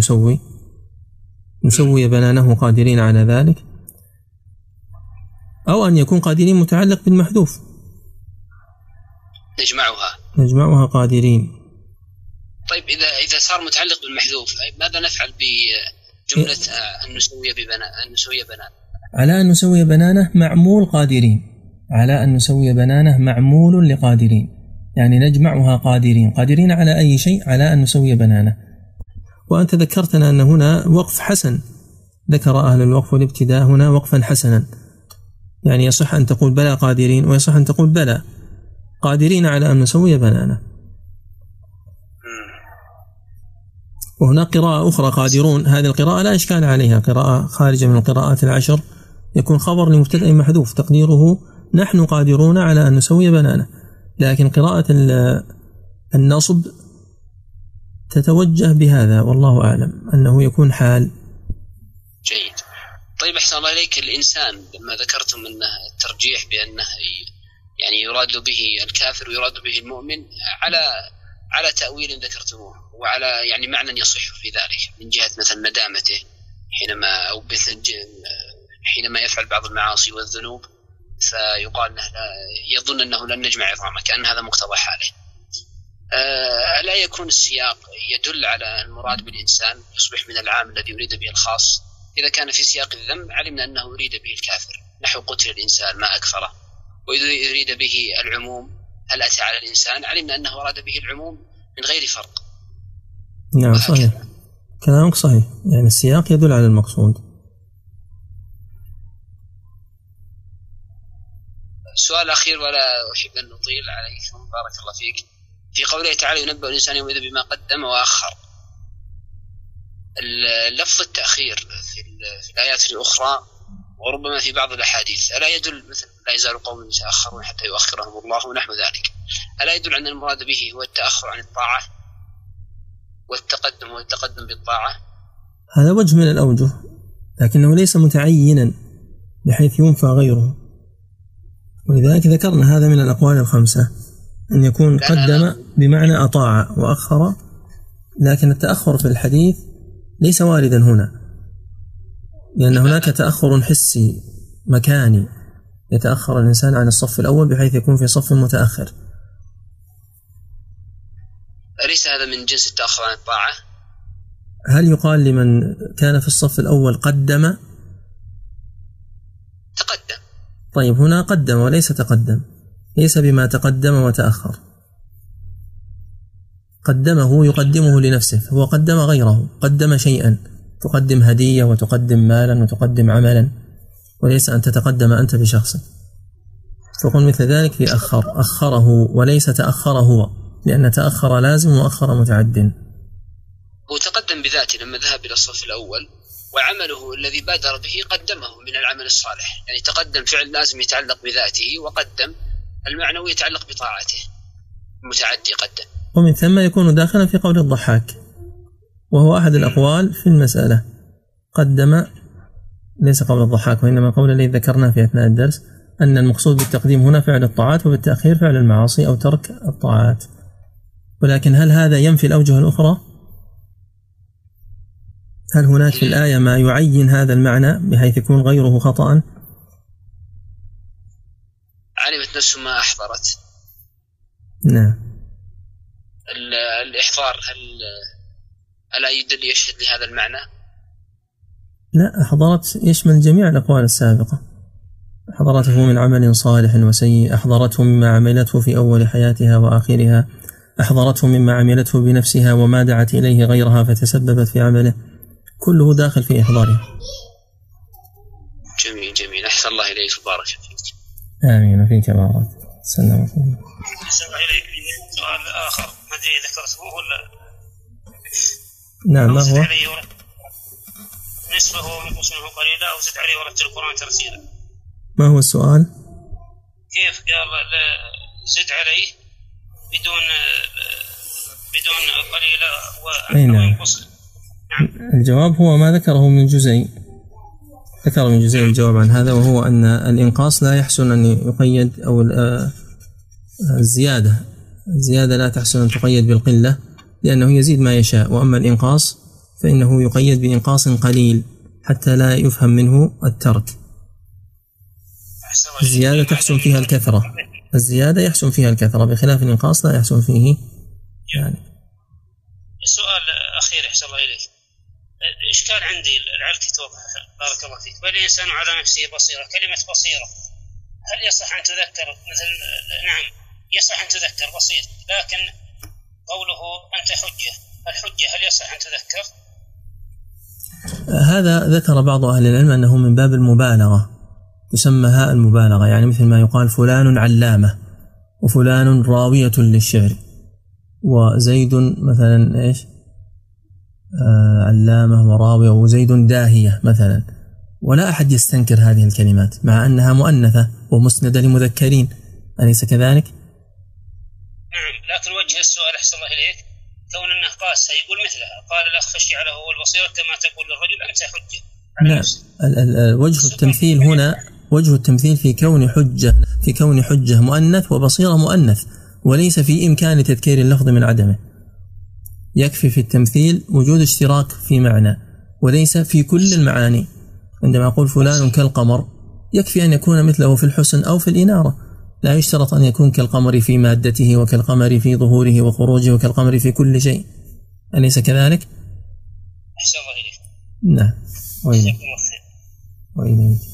نسوي بنانه قادرين على ذلك، أو أن يكون قادرين متعلق بالمحذوف نجمعها قادرين. طيب إذا صار متعلق بالمحذوف ماذا نفعل بجملة أن نسوي بنانه؟ على أن نسوي بنانه معمول قادرين، على أن نسوي بنانه معمول لقادرين، يعني نجمعها قادرين على أي شيء، على أن نسوي بنانه. وأنت ذكرتنا أن هنا وقف حسن، ذكر أهل الوقف والابتداء هنا وقفا حسنا، يعني يصح أن تقول بلى قادرين، ويصح أن تقول بلى قادرين على أن نسوي بنانه. وهناك قراءة أخرى قادرون، هذه القراءة لا إشكال عليها، قراءة خارجة من القراءات العشر، يكون خبر لمبتدأ محذوف تقديره نحن قادرون على أن نسوي بنانه، لكن قراءة النصب تتوجه بهذا، والله أعلم أنه يكون حال. جيد. طيب أحسن الله إليك، الإنسان لما ذكرتم أن الترجيح بأنه يعني يراد به الكافر ويراد به المؤمن على تأويل ذكرتموه، وعلى يعني معنى يصح في ذلك من جهة مثلا ندامته حينما يفعل بعض المعاصي والذنوب، فيقال أنه يظن أنه لن نجمع عظامه، كأن هذا مقتضى حاله. ألا يكون السياق يدل على المراد بالإنسان يصبح من العام الذي يريد به الخاص؟ إذا كان في سياق الذم علمنا أنه يريد به الكافر، نحو قتل الإنسان ما أكفره. وإذا يريد به العموم هل أتى على الإنسان، علمنا أنه أراد به العموم من غير فرق. نعم صحيح، كلامك صحيح، يعني السياق يدل على المقصود. السؤال الأخير ولا أحب أن نطيل عليكم بارك الله فيك. في قوله تعالى ينبأ الإنسان يومئذ بما قدم وأخر، لفظ التأخير في الآيات الأخرى وربما في بعض الأحاديث ألا يدل مثل لا يزال قوم يتأخرون حتى يؤخرهم الله ونحو ذلك، ألا يدل أن المراد به هو التأخر عن الطاعة والتقدم بالطاعة؟ هذا وجه من الأوجه، لكنه ليس متعينا بحيث ينفى غيره، ولذلك ذكرنا هذا من الأقوال الخمسة، أن يكون قدم بمعنى أطاع وأخر، لكن التأخر في الحديث ليس واردا هنا، لأن هناك تأخر حسي مكاني، يتأخر الإنسان عن الصف الأول بحيث يكون في صف متأخر. أليس هذا من جنس التأخر عن الطاعة؟ هل يقال لمن كان في الصف الأول قدم؟ تقدم. طيب هنا قدم وليس تقدم، ليس بما تقدم وتأخر. قدمه يقدمه لنفسه، هو قدم غيره، قدم شيئا، تقدم هدية وتقدم مالا وتقدم عملا، وليس أن تتقدم أنت بشخصك. فقل مثل ذلك في أخره وليس تأخر هو، لأن تأخر لازم وأخر متعد. هو تقدم بذاته لما ذهب إلى الصف الأول، وعمله الذي بادر به قدمه من العمل الصالح، يعني تقدم فعل لازم يتعلق بذاته، وقدم المعنوي يتعلق بطاعته، متعدي قدم. ومن ثم يكون داخلا في قول الضحاك، وهو أحد الأقوال في المسألة. قدم ليس قول الضحاك، وإنما قول الذي ذكرناه في أثناء الدرس، أن المقصود بالتقديم هنا فعل الطاعات، وبالتأخير فعل المعاصي أو ترك الطاعات. ولكن هل هذا ينفي الأوجه الأخرى؟ هل هناك في الآية ما يعين هذا المعنى بحيث يكون غيره خطأ؟ علمت نفس ما أحضرت. نعم. الإحضار ألا يدل يشهد لهذا المعنى؟ لا، أحضرت يشمل جميع الأقوال السابقة. أحضرته من عمل صالح وسيء، أحضرته مما عملته في أول حياتها وآخرها، أحضرته مما عملته بنفسها وما دعت إليه غيرها فتسببت في عمله، كله داخل في إحضارها. جميل جميل، أحسن الله إليك وبارك فيك. آمين وفيك بارك. السلام عليكم. أحسن الله إليك. سؤال آخر ما أدري ذكرته ولا؟ نعم، ما هو؟ نصفه ومنقوص منه قليلا أو زد عليه ورتل القرآن ترتيلا. ما هو السؤال؟ كيف قال زد عليه بدون قليلا وينقص؟ نعم. الجواب هو ما ذكره من جزئي، ذكر من جزئي الجواب عن هذا، وهو أن الإنقاص لا يحسن أن يقيد، أو الزيادة لا تحسن أن تقيد بالقلة، لأنه يزيد ما يشاء، وأما الإنقاص فإنه يقيد بإنقاص قليل حتى لا يفهم منه الترك. الزيادة تحسن فيها الكثرة، الزيادة يحسن فيها الكثرة، بخلاف الإنقاص لا يحسن فيه يعني. السؤال الأخير أحسن الله إليك، الإشكال عندي لعلك توضح بارك الله فيك. بل الإنسان على نفسه بصيرة، كلمة بصيرة هل يصح أن تذكر مثل؟ نعم يصح أن تذكر بصير، لكن قوله أنت حجة، الحجة هل يصح أن تذكر؟ هذا ذكر بعض أهل العلم أنه من باب المبالغة، تسمى هاء المبالغة، يعني مثل ما يقال فلان علامة وفلان راوية للشعر، وزيد مثلا إيش علامة وراوية، وزيد داهية مثلا، ولا أحد يستنكر هذه الكلمات مع أنها مؤنثة ومسندة لمذكرين، أليس كذلك؟ نعم، لكن وجه السؤال أحسن الله إليك كون أنه قاس يقول مثلها، قال الأخ فاشجعله هو البصيرة كما تقول للرجل أنت حجة. نعم، وجه التمثيل هنا وجه التمثيل في كون حجة مؤنث وبصيرة مؤنث، وليس في إمكان تذكير اللفظ من عدمه. يكفي في التمثيل وجود اشتراك في معنى وليس في كل المعاني. عندما أقول فلان كالقمر يكفي أن يكون مثله في الحسن أو في الإنارة، لا يشترط أن يكون كالقمر في مادته وكالقمر في ظهوره وخروجه وكالقمر في كل شيء، أليس كذلك؟ أحسن الله إليك. نعم. وإليك.